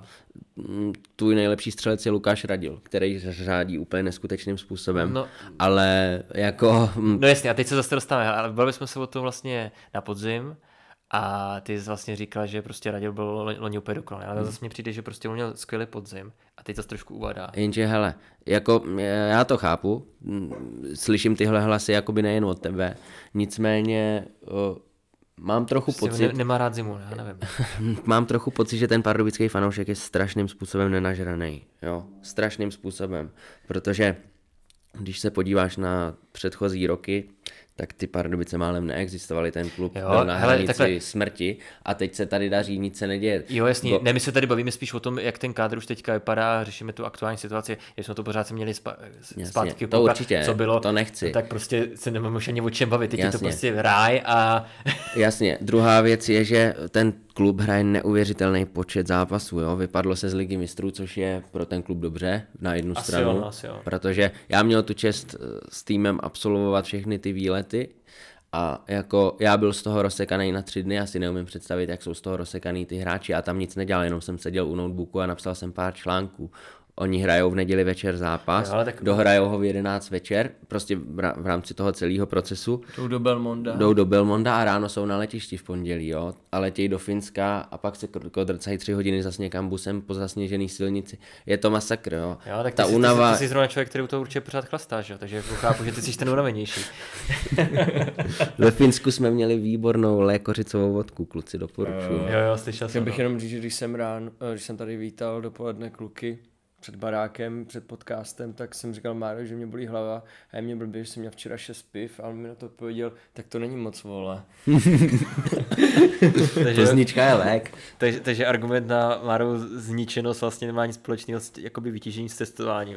Tvůj nejlepší střelec je Lukáš Radil, který řádí úplně neskutečným způsobem, No. ale jako... No jasně, a teď se zase dostáváme, ale bavili jsme se o tom vlastně na podzim a ty jsi vlastně říkal, že prostě Radil byl loni úplně dokonalý, ale zase mně přijde, že prostě on měl skvělý podzim a teď to trošku uvadá. Jenže hele, jako já to chápu, slyším tyhle hlasy jakoby nejen od tebe, nicméně o, mám trochu Prostě pocit... Ne, nemá rád zimu, ne? Já nevím. Mám trochu pocit, že ten pardubický fanoušek je strašným způsobem nenažraný, jo, strašným způsobem, protože když se podíváš na předchozí roky, tak ty Pardubice málem neexistovaly, ten klub Jo, byl na hele, hranici takhle. smrti a teď se tady daří, nic se neděje. Jo, jasně. Bo... Ne, my se tady bavíme spíš o tom, jak ten kádr už teďka vypadá, řešíme tu aktuální situaci, když jsme to pořád se měli spa- zpátky to koukat, určitě, co bylo, to nechci. tak prostě se nemáme už ani o čem bavit, teď Jasně. je to prostě ráj a... Jasně, druhá věc je, že ten klub hraje neuvěřitelný počet zápasů, jo? Vypadlo se z Ligy mistrů, což je pro ten klub dobře na jednu Asi stranu, jo, asi jo. protože já měl tu čest s týmem absolvovat všechny ty výlety a jako já byl z toho rozsekaný na tři dny, já si neumím představit, jak jsou z toho rozsekaný ty hráči, já tam nic nedělal, jenom jsem seděl u notebooku a napsal jsem pár článků. Oni hrajou v neděli večer zápas, Jo, tak... dohrajou ho v jedenáct večer, prostě v rámci toho celého procesu. Jdou do Belmonda. Jdou do Belmonda a ráno jsou na letišti v pondělí, jo. A letějí do Finska a pak se kodrcají tři hodiny zase někam busem po zasněžený silnici. Je to masakr, jo. Jo, tak ty, Ta jsi, únava... ty, jsi, ty jsi zrovna člověk, který u toho určitě pořád chlastáš, jo? Takže jako chápu, že ty jsi ten unavenější. Ve Finsku jsme měli výbornou lékořicovou vodku, kluci, doporučuji. Jo, jo, slyšel Já jsem. bych No. jenom říct, že když jsem rán, když jsem tady vítal dopoledne kluky, před barákem, před podcastem, tak jsem říkal Máro, že mě bolí hlava a já mě blbě, že jsem měl včera šest piv a on mi na to odpověděl, tak to není moc, vole. takže, Plznička je lék. Takže, takže argument na Márovou zničenost vlastně nemá nic společného s jakoby vytížení z testování.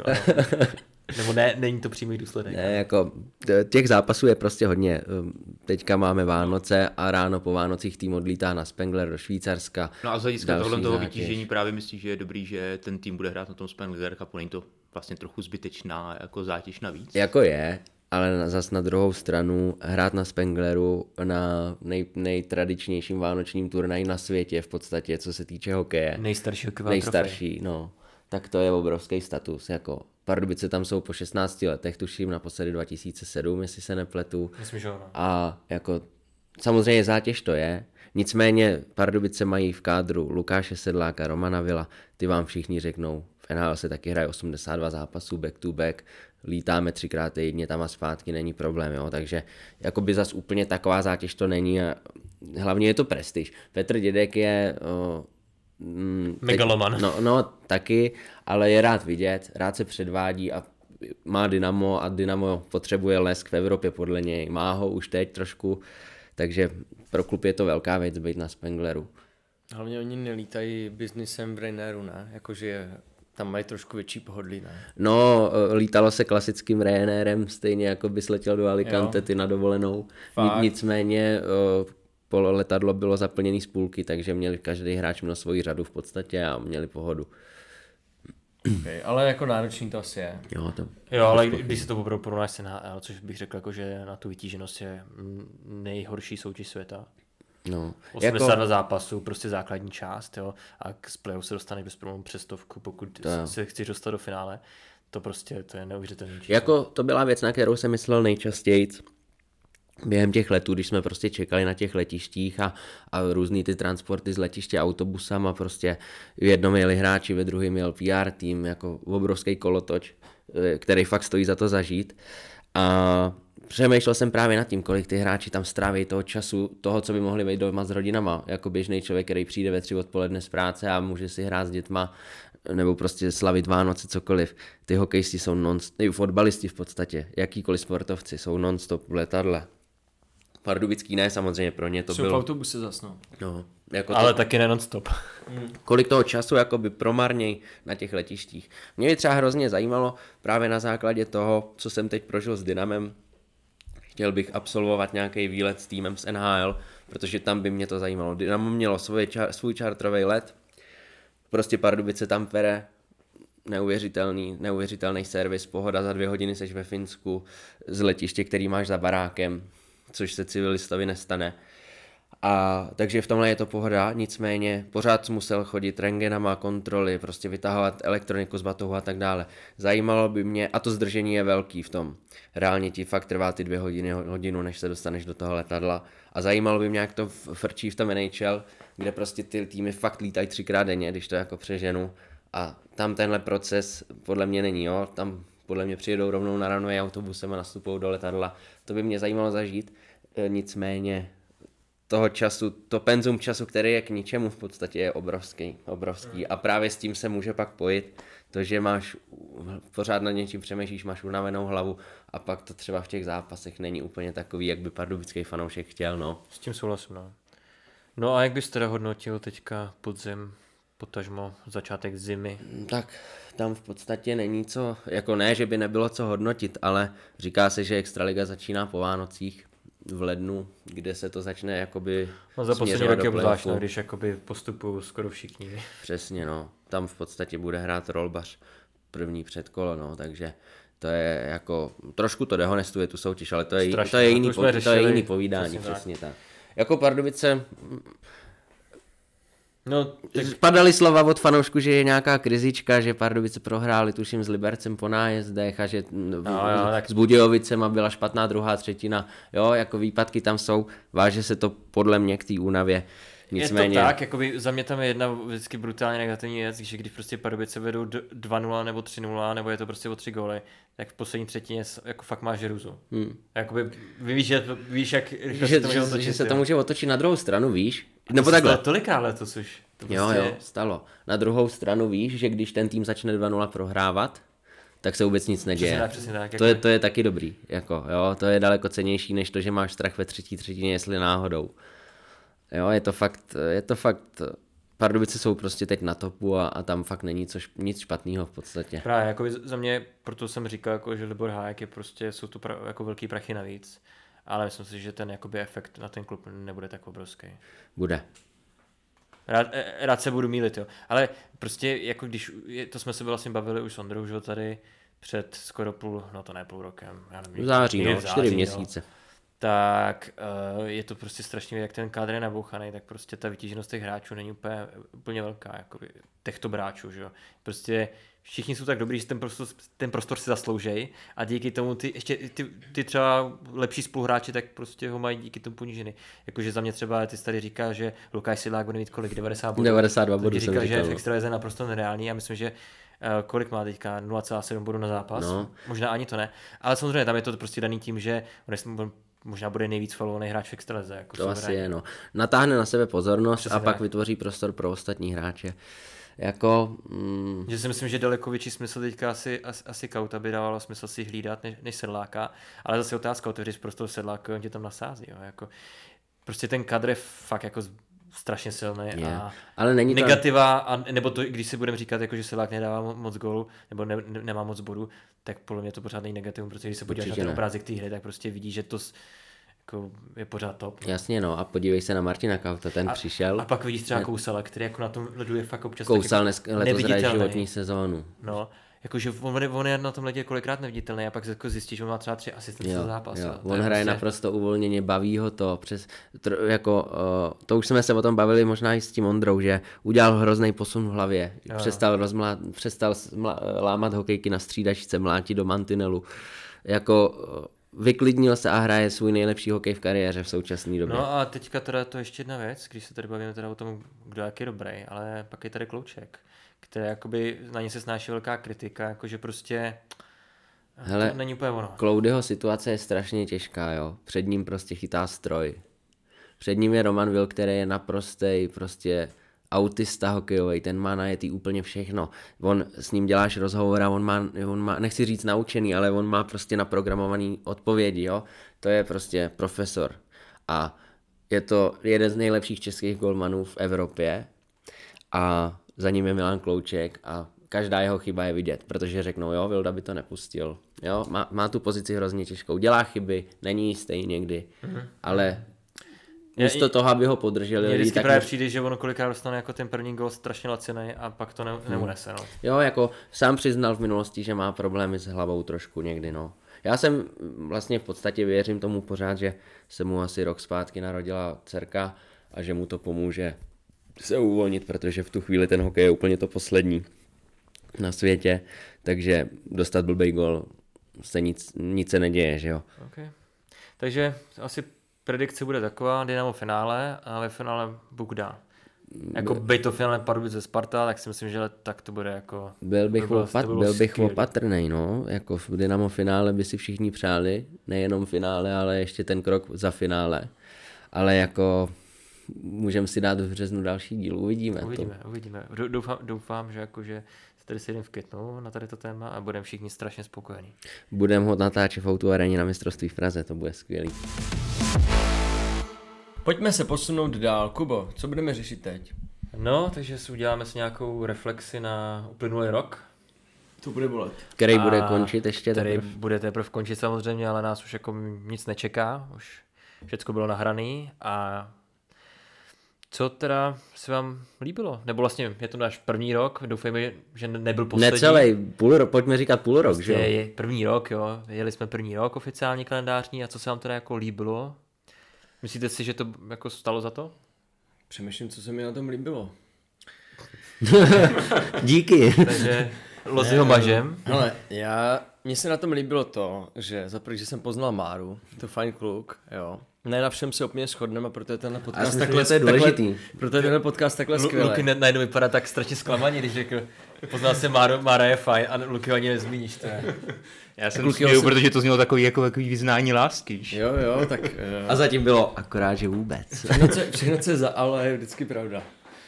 Nebo ne, není to přímý důsledek. Ne, jako těch zápasů je prostě hodně. Teďka máme Vánoce a ráno po Vánocích tým odlítá na Spengler do Švýcarska. No a z hlediska tohle toho vytížení právě myslíš, že je dobrý, že ten tým bude hrát na tom Spengler Cupu, není to vlastně trochu zbytečná jako zátěž navíc? Jako je, ale zas na druhou stranu hrát na Spengleru na nej, nejtradičnějším vánočním turnaji na světě v podstatě, co se týče hokeje. Nejstarší hokejová Nejstarší, no. Tak to je obrovský status, jako Pardubice tam jsou po šestnácti letech, tuším naposledy dva tisíce sedm, jestli se nepletu. Myslím, že ono. A jako samozřejmě zátěž to je, nicméně Pardubice mají v kádru Lukáše Sedláka, Romana Vila, ty vám všichni řeknou, v N H L se taky hraje osmdesát dva zápasů back to back, lítáme třikrát týdně tam a zpátky, není problém, jo, takže jakoby zas úplně taková zátěž to není a hlavně je to prestiž. Petr Dědek je... O, Teď, megaloman. No, no, taky, ale je rád vidět, rád se předvádí a má Dynamo a Dynamo potřebuje lesk v Evropě podle něj. Má ho už teď trošku, takže pro klub je to velká věc být na Spengleru. Hlavně oni nelítají biznisem v Ryanairu, ne? Jakože tam mají trošku větší pohodlí, ne? No, lítalo se klasickým Ryanairem, stejně jako bys letěl do Alicante ty na dovolenou. Nicméně po letadlo bylo zaplněný z půlky, takže měli každý hráč měl svoji řadu v podstatě a měli pohodu. Okay, ale jako náročný to asi je. Jo, to, jo ale když si to opravdu porovnáš s N H L, což bych řekl, jako, že na tu vytíženost je nejhorší soutěž světa. No, osmdesát dva jako... zápasů, prostě základní část, jo, a z playoff se dostaneš bez problémů přes stovku, pokud to se chceš dostat do finále, to prostě to je neuvěřitelný číslo. Jako to byla věc, na kterou jsem myslel nejčastěji během těch letů, když jsme prostě čekali na těch letištích a, a různý ty transporty z letiště autobusama, prostě v jednom jeli hráči, ve druhém jel P R tým, jako obrovský kolotoč, který fakt stojí za to zažít. A přemýšlel jsem právě nad tím, kolik ty hráči tam stráví toho času, toho, co by mohli být doma s rodinama, jako běžný člověk, který přijde ve tři odpoledne z práce a může si hrát s dětma, nebo prostě slavit Vánoce, cokoliv. Ty hokejisti jsou non-stop, i fotbalisti v podstatě, jakýkoliv sportovci jsou non-stop v letadle. Pardubický ne, samozřejmě pro ně to jsou bylo... Jsou v autobuse zas, no. no jako ale to... taky ne non-stop. Kolik toho času jakoby promarněj na těch letištích. Mě by třeba hrozně zajímalo právě na základě toho, co jsem teď prožil s Dynamem. Chtěl bych absolvovat nějaký výlet s týmem z N H L, protože tam by mě to zajímalo. Dynamo mělo svůj, čar, svůj čartrový let, prostě Pardubice Tampere, neuvěřitelný, neuvěřitelný servis, pohoda, za dvě hodiny seš ve Finsku, z letiště, který máš za barákem, což se civilistovi nestane. A takže v tomhle je to pohoda, nicméně pořád musel chodit rentgenama, kontroly, prostě vytahovat elektroniku z batohu a tak dále. Zajímalo by mě, a to zdržení je velký v tom, reálně ti fakt trvá ty dvě hodiny, hodinu, než se dostaneš do toho letadla. A zajímalo by mě, jak to frčí v tom N H L, kde prostě ty týmy fakt lítají třikrát denně, když to jako přeženu. A tam tenhle proces podle mě není, jo, tam podle mě přijedou rovnou na runway autobusem a nastupují do letadla. To by mě zajímalo zažít, e, nicméně toho času, to penzum času, který je k ničemu v podstatě je obrovský, obrovský a právě s tím se může pak pojít to, že máš pořád nad něčím přemýšlíš, máš unavenou hlavu a pak to třeba v těch zápasech není úplně takový, jak by pardubický fanoušek chtěl, no. S tím souhlasím, no. No a jak bys teda hodnotil teďka podzim, potažmo začátek zimy? Tak tam v podstatě není co, jako ne, že by nebylo co hodnotit, ale říká se, že Extraliga začíná po Vánocích v lednu, kde se to začne jakoby no za poslední roky obzvlášť, když jakoby postupují skoro všichni. Přesně, no. Tam v podstatě bude hrát Rolbař první předkolo, no, takže to je jako, trošku to dehonestuje tu soutěž, ale to je, Strašně, to je, jiný, po, to je jiný povídání, přesně, přesně tak. tak. Jako Pardubice... No, tak... Padaly slova od fanoušku, že je nějaká krizička, že Pardubice prohráli, tuším, s Libercem po nájezdech a že no, jo, tak... s Budějovicema byla špatná druhá třetina. Jo, jako výpadky tam jsou, váže se to podle mě k té únavě. Nicméně... Je to tak, jakoby za mě tam je jedna vždycky brutálně negativní věc, že když prostě Pardubice vedou dva nula nebo tři nula, nebo je to prostě o tři góly, tak v poslední třetině jako fakt máš žeruzu. Hmm. Jakoby víš, že, víš jak že, se to může otočit. Že se to může otočit na druhou stranu, víš, Nebo takhle. Tolikrát letos už. To Jo, prostě... jo, stalo. Na druhou stranu víš, že když ten tým začne dva nula prohrávat, tak se vůbec nic neděje. Přesně tak, přesně tak, to, je, to je taky dobrý, jako, jo, to je daleko cennější, než to, že máš strach ve třetí třetině, jestli náhodou. Jo, je to fakt, je to fakt, Pardubice jsou prostě teď na topu a, a tam fakt není co, nic špatného v podstatě. Právě, jako za mě, proto jsem říkal, jako, že Libor Hájek je prostě, jsou to pra, jako velký prachy navíc, ale myslím si, že ten jakoby efekt na ten klub nebude tak obrovský. Bude. Rád, rád se budu mýlit, jo. Ale prostě, jako když, to jsme se vlastně bavili už s Ondrou, že tady před skoro půl, no to ne půl rokem. Já nevím, v září, no, v září, čtyři no. měsíce. Tak uh, je to prostě strašně, jak ten kádr je nabouchaný, tak prostě ta vytíženost těch hráčů není úplně, úplně velká, jakoby, těchto hráčů, že jo. Prostě všichni jsou tak dobrý, že ten prostor, ten prostor si zasloužej a díky tomu ty, ještě ty, ty třeba lepší spoluhráči, tak prostě ho mají díky tomu ponížený. Jakože za mě třeba, ty tady říká, že Lukáš Sidlák bude mít kolik, devadesát bodů. devadesát dva bodů jsem říkal, říkal. že v extralize je naprosto nereálný a myslím, že uh, kolik má teďka, nula celá sedm bodů na zápas, no. Možná ani to ne, ale samozřejmě tam je to prostě daný tím, že on možná bude nejvíc followovaný hráč v extralize. Jako to asi je, no. Natáhne na sebe pozornost Přesně a pak tak. vytvoří prostor pro ostatní hráče. Jako... Mm... Že si myslím, že daleko větší smysl teďka asi, asi, asi Kauta by dávalo smysl si hlídat než, než Sedláka, ale zase otázka, otevřít prostor Sedláka, on tě tam nasází. Jo. Jako, prostě ten kadr je fakt jako strašně silný yeah. a ale není to... negativa, a, nebo to, když si budeme říkat, jako, že Sedlák nedává moc gólů, nebo ne, ne, nemá moc bodů, tak podle mě to pořád není negativum, protože když se podíváš na ten ne. obrázek té hry, tak prostě vidíš, že to jako, je pořád top. Jasně, no, a podívej se na Martina Kauta, ten a, přišel. A pak vidíš třeba ne... Kousala, který jako na tom ledu je fakt občas Kousal dnes, letos hraje životní sezónu. No, jakože on, on je na tom ledě kolikrát neviditelný a pak jako zjistíš, že on má třeba tři asistence za zápas. Jo. Jo. On hraje prostě... naprosto uvolněně, baví ho to. Přes, tr, jako, uh, to už jsme se o tom bavili možná i s tím Ondrou, že udělal hrozný posun v hlavě. Jo. Přestal, rozmlá, přestal smla, lámat hokejky na střídačce, mlátit do mantinelu. Jako... Uh, vyklidnil se a hraje svůj nejlepší hokej v kariéře v současné době. No a teďka teda to ještě jedna věc, když se tady bavíme teda o tom, kdo jak je dobrý, ale pak je tady Klouček, který jakoby na ně se snáší velká kritika, jakože prostě hele, to není úplně ono. Cloudyho situace je strašně těžká, jo. Před ním prostě chytá stroj. Před ním je Roman Vil, který je naprostej prostě autista hokejový, ten má najetý úplně všechno. On s ním děláš rozhovor a on má, on má, nechci říct naučený, ale on má prostě naprogramovaný odpovědi, jo. To je prostě profesor. A je to jeden z nejlepších českých golmanů v Evropě a za ním je Milan Klouček a každá jeho chyba je vidět, protože řeknou, jo, Vilda by to nepustil. Jo, má, má tu pozici hrozně těžkou, dělá chyby, není jistý někdy, mm-hmm. ale místo toho, aby ho podrželi. Mně vždycky tak právě než... přijde, že ono kolikrát dostane jako ten první gol strašně lacinej a pak to ne, neunese. No. Jo, jako sám přiznal v minulosti, že má problémy s hlavou trošku někdy, no. Já jsem vlastně v podstatě věřím tomu pořád, že se mu asi rok zpátky narodila dcerka a že mu to pomůže se uvolnit, protože v tu chvíli ten hokej je úplně to poslední na světě, takže dostat blbej gol se nic, nic se neděje, že jo. Okay. Takže asi predikce bude taková, Dynamo finále a ve finále Bůh dá. Jako by to finále Pardubice Sparta, tak si myslím, že tak to bude jako... Byl bych, by opat, bylo byl bych skvělý. opatrnej, no, jako v Dynamo finále by si všichni přáli, nejenom finále, ale ještě ten krok za finále, ale jako můžeme si dát v březnu další díl, uvidíme. Uvidíme, to. uvidíme. Doufám, doufám, že jakože se tady sejdeme v květnu na tady to téma a budeme všichni strašně spokojení. Budeme ho natáčet v Outu aréně na mistrovství v Praze, to bude skvělý. Pojďme se posunout dál. Kubo, co budeme řešit teď? No, takže si uděláme si nějakou reflexi na uplynulý rok. To bude bolet. Který bude končit ještě Který teprv. bude teprve končit samozřejmě, ale nás už jako nic nečeká. Už všecko bylo nahraný a co teda se vám líbilo? Nebo vlastně je to náš první rok, doufejme, že nebyl poslední. Necelý, půl rok, pojďme říkat půl rok, prostě že jo? je první rok, jo. Jeli jsme první rok oficiální kalendářní a co se vám teda jako líbilo? Myslíte si, že to jako stalo za to? Přemýšlím, co se mi na tom líbilo. Díky. Takže Loziho mažem. Hele, já, mně se na tom líbilo to, že za první, že jsem poznal Máru, to fajn kluk, jo. Ne na všem se úplně shodneme, proto je tenhle A podcast já takhle, to je důležitý. takhle, proto je tenhle podcast takhle Lu- skvělý. Luky najednou vypadá tak strašně zklamaně, když řekl, poznal jsem Máru, Mára je fajn a Luky ho ani nezmíníš. To je. Já jsem Kluky, směju, jsem- protože to znělo takový jako takový vyznání lásky. víš. Jo, jo, tak... A zatím bylo akorát, že vůbec. Všechno, co, všechno, co je za ale, je vždycky pravda.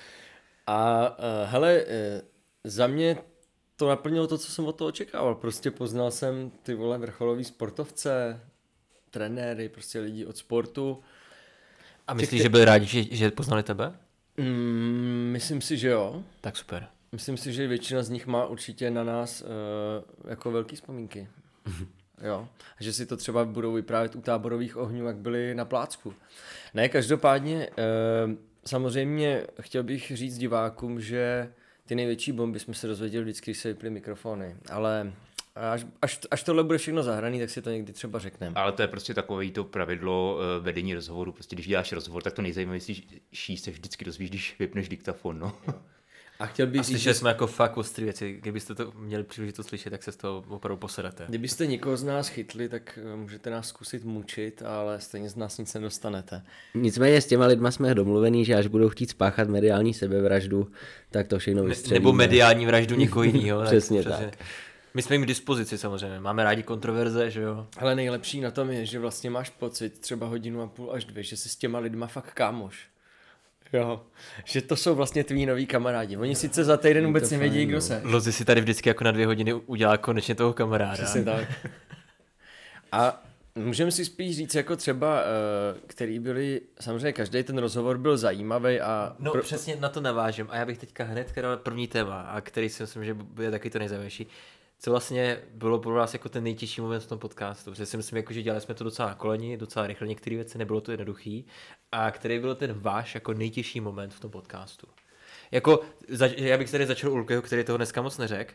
A uh, hele, uh, za mě to naplnilo to, co jsem od toho očekával. Prostě poznal jsem ty vole vrcholový sportovce, trenéry, prostě lidi od sportu. A myslíš, že byli rádi, že, že poznali tebe? Mm, myslím si, že jo. Tak super. Myslím si, že většina z nich má určitě na nás uh, jako velký vzpomínky. Jo. A že si to třeba budou vyprávět u táborových ohňů, jak byli na plácku. Ne, každopádně, uh, samozřejmě chtěl bych říct divákům, že ty největší bomby jsme se dozvěděli vždycky, když se vyply mikrofony. Ale až, až, až tohle bude všechno zahraný, tak si to někdy třeba řekneme. Ale to je prostě takové to pravidlo uh, vedení rozhovoru. Prostě když děláš rozhovor, tak to nejzajímavější se vždycky dozvíš, když vypneš diktafon. No. A chtěl bych A říct, slyšeli že jsme jako fakt ostrý věci. Kdybyste to měli příležitost slyšet, tak se z toho opravdu posedáte. kdybyste někoho z nás chytli, tak eh, můžete nás zkusit mučit, ale stejně z nás nic nedostanete. Nicméně s těma lidma jsme domluvení, že až budou chtít spáchat mediální sebevraždu, tak to všechno Ne, vystřelíme. nebo mediální vraždu někoho jiného. Přesně tak. My jsme jim k dispozici samozřejmě. Máme rádi kontroverze, že jo? Ale nejlepší na tom je, že vlastně máš pocit třeba hodinu a půl až dvě, že jsi s těma lidma fakt kámoš. Jo, že to jsou vlastně tví noví kamarádi. Oni sice za týden vůbec nevědí, kdo se. Lozi si tady vždycky jako na dvě hodiny udělá konečně toho kamaráda. Přesně tak. A můžeme si spíš říct, jako třeba, eh, který byli, samozřejmě každý ten rozhovor byl zajímavý a... No přesně na to navážem a já bych teďka hned dal první téma, a který si myslím, že bude taky to nejzajímavější. Co vlastně bylo pro vás jako ten nejtěžší moment v tom podcastu? Protože si myslím, jako, že dělali jsme to docela na koleni, docela rychle, některé věci, nebylo to jednoduchý. A který byl ten váš jako nejtěžší moment v tom podcastu? Jako, zač- já bych tady začal u Lukyho, který toho dneska moc neřekl.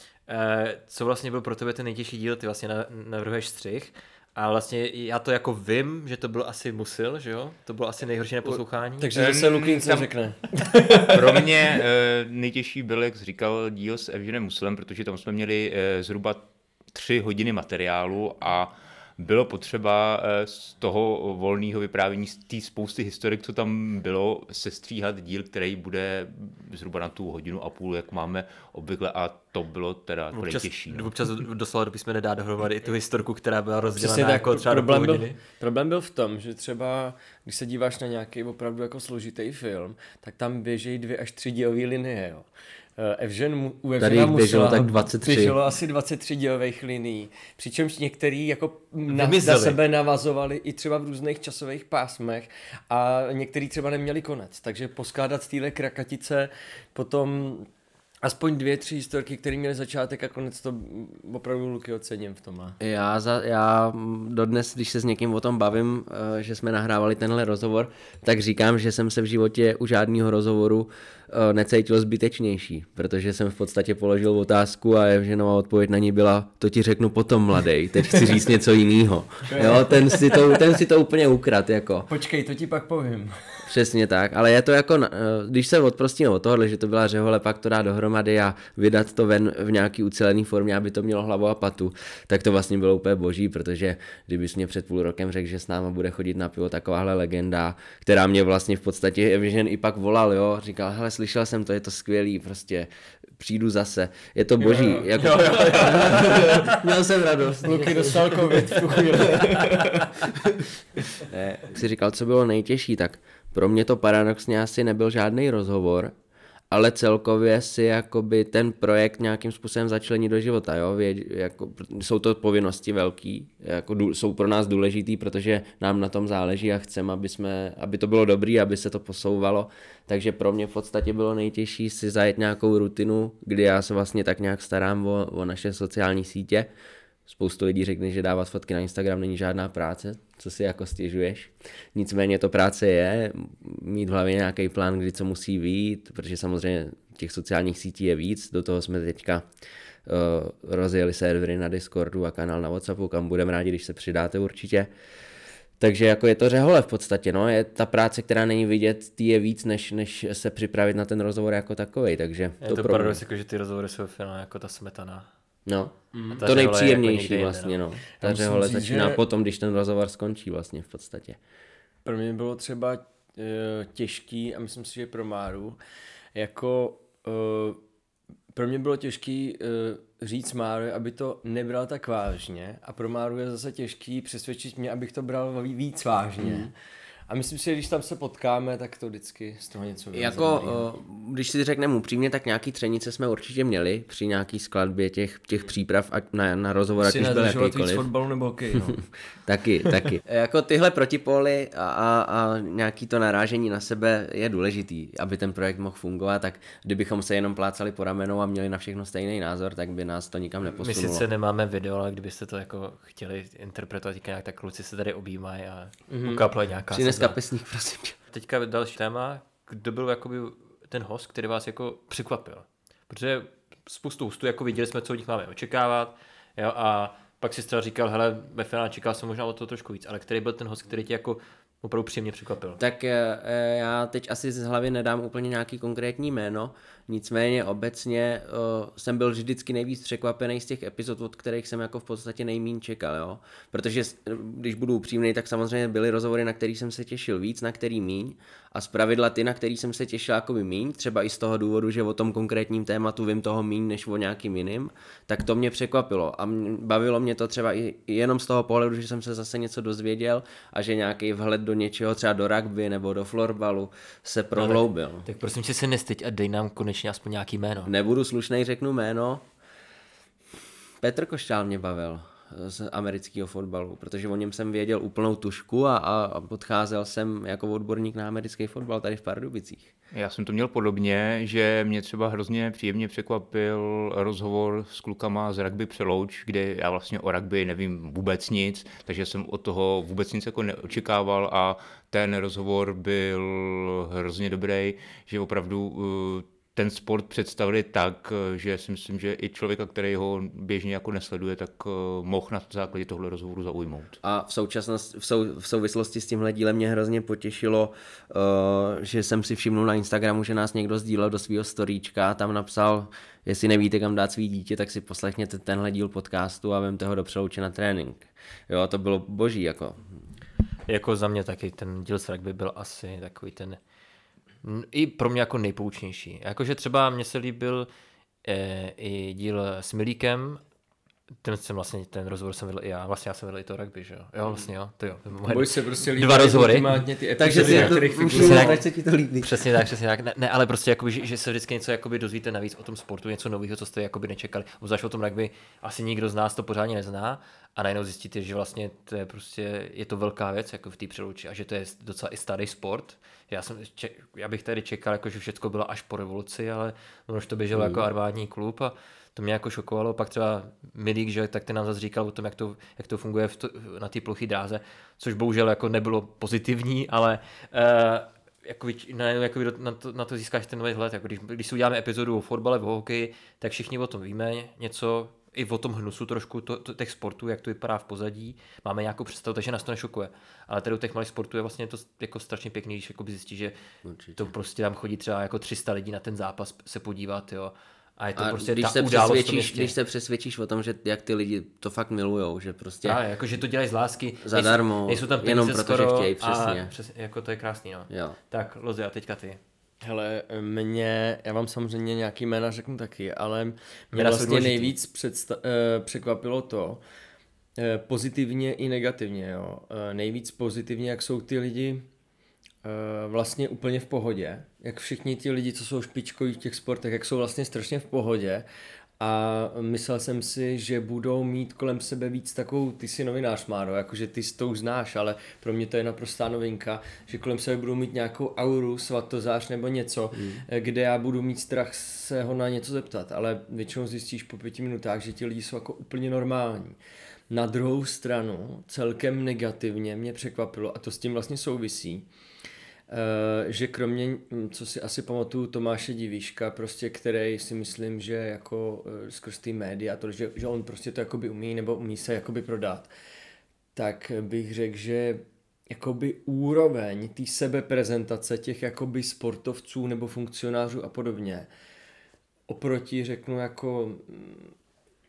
E, co vlastně byl pro tebe ten nejtěžší díl? Ty vlastně navrhuješ střih. A vlastně já to jako vím, že to byl asi musil, že jo? To bylo asi nejhorší na poslouchání. Takže zase Luky nic neřekne. Pro mě eh, nejtěžší byl, jak jsi říkal, díl s Evženem Musilem, protože tam jsme měli eh, zhruba tři hodiny materiálu a bylo potřeba eh, z toho volného vyprávění, z té spousty historik, co tam bylo, sestříhat díl, který bude zhruba na tu hodinu a půl, jak máme obvykle, a to bylo teda to Občas, nejtěžší. No. občas doslova bychom nedá dohromady i tu historku, která byla Přesně rozdělená tak, jako třeba do půl problém byl, hodiny. problém byl v tom, že třeba, když se díváš na nějaký opravdu jako složitý film, tak tam běžejí dvě až tři dílové linie, jo. Evžen, mu- u Tady Evžena jich běželo Musila tak dvacet tři. běželo asi dvacet tři dílových linií, přičemž některý jako na, na Vymizeli. sebe navazovali i třeba v různých časových pásmech a některý třeba neměli konec, takže poskládat z téhle krakatice potom aspoň dvě, tři historky, které měly začátek a konec, to opravdu Luky ocením v tomhle. Já, za, já dodnes, když se s někým o tom bavím, eh, že jsme nahrávali tenhle rozhovor, tak říkám, že jsem se v životě u žádného rozhovoru eh, necítil zbytečnější, protože jsem v podstatě položil otázku a Evženova odpověď na ní byla: to ti řeknu potom, mladej, teď chci říct něco jiného. Jo, ten si to, ten si to úplně ukrad, jako. Počkej, to ti pak povím. Přesně tak, ale je to jako, na- když se odprostíme od tohohle, že to byla řehole, pak to dá dohromady a vydat to ven v nějaký ucelený formě, aby to mělo hlavu a patu, tak to vlastně bylo úplně boží, protože kdybys mě před půl rokem řekl, že s náma bude chodit na pivo takováhle legenda, která mě vlastně v podstatě Evžen i pak volal, jo, říkal: hele, slyšel jsem to, je to skvělý, prostě přijdu zase, je to boží. Jo, jo. Jako... Jo, jo, jo. Měl jsem radost. Luky dostal covid v tu chvíli. Ne, jak jsi říkal, co bylo nejtěžší, tak pro mě to paradoxně asi nebyl žádný rozhovor, ale celkově si jakoby ten projekt nějakým způsobem začlení do života, jo, Věd, jako, jsou to povinnosti velký, jako dů, jsou pro nás důležitý, protože nám na tom záleží a chceme, aby, jsme, aby to bylo dobrý, aby se to posouvalo, takže pro mě v podstatě bylo nejtěžší si zajet nějakou rutinu, kdy já se vlastně tak nějak starám o, o naše sociální sítě. Spoustu lidí řekne, že dávat fotky na Instagram není žádná práce, co si jako stěžuješ. Nicméně to práce je, mít v hlavě nějaký plán, kdy co musí vyjít, protože samozřejmě těch sociálních sítí je víc, do toho jsme teďka uh, rozjeli servery na Discordu a kanál na WhatsAppu, kam budeme rádi, když se přidáte určitě. Takže jako je to řehole v podstatě, no, je ta práce, která není vidět, tý je víc, než, než se připravit na ten rozhovor jako takovej, takže Je to, to pro mě. paradox, jako, že ty rozhovory jsou v finále jako ta smetana. No, A ta to řehole je nejpříjemnější jako někde vlastně, jinde, no. Ta musím řehole říct, začíná že- potom, když ten rozhovor skončí vlastně v podstatě. Pro mě bylo třeba uh, těžký, a myslím si, že pro Máru, jako uh, pro mě bylo těžký uh, říct Máru, aby to nebral tak vážně, a pro Máru je zase těžký přesvědčit mě, abych to bral víc vážně. Mm. A myslím si, že když tam se potkáme, tak to vždycky z toho něco vyjde. Jako, uh, když si řekneme upřímně, tak nějaký třenice jsme určitě měli při nějaký skladbě těch, těch příprav a na, na rozhovor, ať už byl jakýkoliv. Víc fotbalu nebo hokej, no. taky, taky. Jako tyhle protipóly a, a, a nějaký to narážení na sebe je důležitý, aby ten projekt mohl fungovat, tak kdybychom se jenom plácali po ramenou a měli na všechno stejný názor, tak by nás to nikam neposunulo. My sice nemáme video, ale kdybyste to jako chtěli interpretovat nějak, tak kluci se tady objímají a mm-hmm. ukápla nějaká kapesník, prosím tě. Teďka další téma, kdo byl jakoby ten host, který vás jako překvapil. Protože spoustu hostů, jako viděli jsme, co od nich máme očekávat, jo, a pak si třeba říkal, hele, ve finále čekal jsem možná o to trošku víc, ale který byl ten host, který tě jako opravdu příjemně překvapil? Tak já teď asi z hlavy nedám úplně nějaký konkrétní jméno, nicméně obecně uh, jsem byl vždycky nejvíc překvapený z těch epizod, od kterých jsem jako v podstatě nejmíň čekal, jo. Protože když budu upřímný, tak samozřejmě byly rozhovory, na který jsem se těšil víc, na který míň, a zpravidla ty, na který jsem se těšil jakoby míň, třeba i z toho důvodu, že o tom konkrétním tématu vím toho míň než o nějakým jiným, tak to mě překvapilo a mě, bavilo mě to třeba i jenom z toho pohledu, že jsem se zase něco dozvěděl a že nějaký vhled do něčeho, třeba do rugby nebo do florbalu se prohloubil. No, tak, tak prosím tě, se nestyď a dej nám konečně aspoň nějaký jméno. Nebudu slušnej, řeknu jméno. Petr Košťál mě bavil z amerického fotbalu, protože o něm jsem věděl úplnou tušku a, a podcházel jsem jako odborník na americký fotbal tady v Pardubicích. Já jsem to měl podobně, že mě třeba hrozně příjemně překvapil rozhovor s klukama z Rugby Přelouč, kde já vlastně o rugby nevím vůbec nic, takže jsem od toho vůbec nic jako neočekával a ten rozhovor byl hrozně dobrý, že opravdu ten sport představili tak, že si myslím, že i člověka, který ho běžně jako nesleduje, tak mohl na základě tohle rozhovoru zaujmout. A v současnosti, v, sou, v souvislosti s tímhle dílem mě hrozně potěšilo, uh, že jsem si všimnul na Instagramu, že nás někdo sdílel do svého storíčka a tam napsal, jestli nevíte, kam dát svý dítě, tak si poslechněte tenhle díl podcastu a vemte ho do Přelouče na trénink. Jo, to bylo boží, jako. Jako za mě taky ten díl s rugby byl asi takový ten i pro mě jako nejpoučnější. Jakože třeba mně se líbil e, i díl s Milíkem, ten jsem vlastně, ten rozhovor jsem vedl i já, vlastně já jsem vedl i to rugby, že jo? Jo, vlastně jo, to jo. Boj se prostě líbí dva rozhovory. Ty takže si to, tak se ti to líbí. Přesně tak, přesně tak. Ne, ne ale prostě jakoby, že, že se vždycky něco jakoby dozvíte navíc o tom sportu, něco nového, co jste jakoby nečekali. Obzvlášť o tom rugby asi nikdo z nás to pořádně nezná a najednou zjistíte, že vlastně to je prostě, je to velká věc jako v té Přelouči a že to je docela i starý sport. Já, jsem, já bych tady čekal, jako, že všechno bylo až po revoluci, ale už to běželo mm. jako armádní klub a to mě jako šokovalo. Pak třeba Milík, že tak ten nám zase říkal o tom, jak to, jak to funguje v to, na té ploché dráze, což bohužel jako nebylo pozitivní, ale uh, jako, najednou jako na, to, na to získáš ten nový hled. Jako když, když si uděláme epizodu o fotbale, o hokeji, tak všichni o tom víme něco, i o tom hnusu trošku to, to, těch sportů, jak to vypadá v pozadí. Máme nějakou představu, takže nás to nešokuje. Ale tady u těch malých sportů je vlastně to jako strašně pěkný, když zjistíš, že Určitě. To prostě tam chodí třeba jako tři sta lidí na ten zápas se podívat, jo. A je to a prostě když ta se událost přesvědčíš, když se přesvědčíš o tom, že jak ty lidi to fakt milujou, že prostě a, jako, že to dělají z lásky, zadarmo, nejsou, nejsou tam jenom protože chtějí, přesně. A přes, jako to je krásný, no. Jo. Tak, Lozi, a teďka ty. Hele, mě, já vám samozřejmě nějaký jména řeknu taky, ale mě vlastně nejvíc předsta- eh, překvapilo to, eh, pozitivně i negativně, jo. Eh, nejvíc pozitivně, jak jsou ty lidi eh, vlastně úplně v pohodě, jak všichni ti lidi, co jsou špičkoví v těch sportech, jak jsou vlastně strašně v pohodě. A myslel jsem si, že budou mít kolem sebe víc takovou, ty jsi novinář, Máro, jakože ty to už znáš, ale pro mě to je naprostá novinka, že kolem sebe budou mít nějakou auru, svatozář nebo něco, mm. kde já budu mít strach se ho na něco zeptat, ale většinou zjistíš po pěti minutách, že ti lidi jsou jako úplně normální. Na druhou stranu celkem negativně mě překvapilo, a to s tím vlastně souvisí, Uh, že kromě, co si asi pamatuju, Tomáše Divíška, prostě, který si myslím, že jako uh, skrz ty média, to, že, že on prostě to jakoby umí nebo umí se jakoby prodat, tak bych řekl, že jakoby úroveň té sebeprezentace těch jakoby sportovců nebo funkcionářů a podobně oproti, řeknu, jako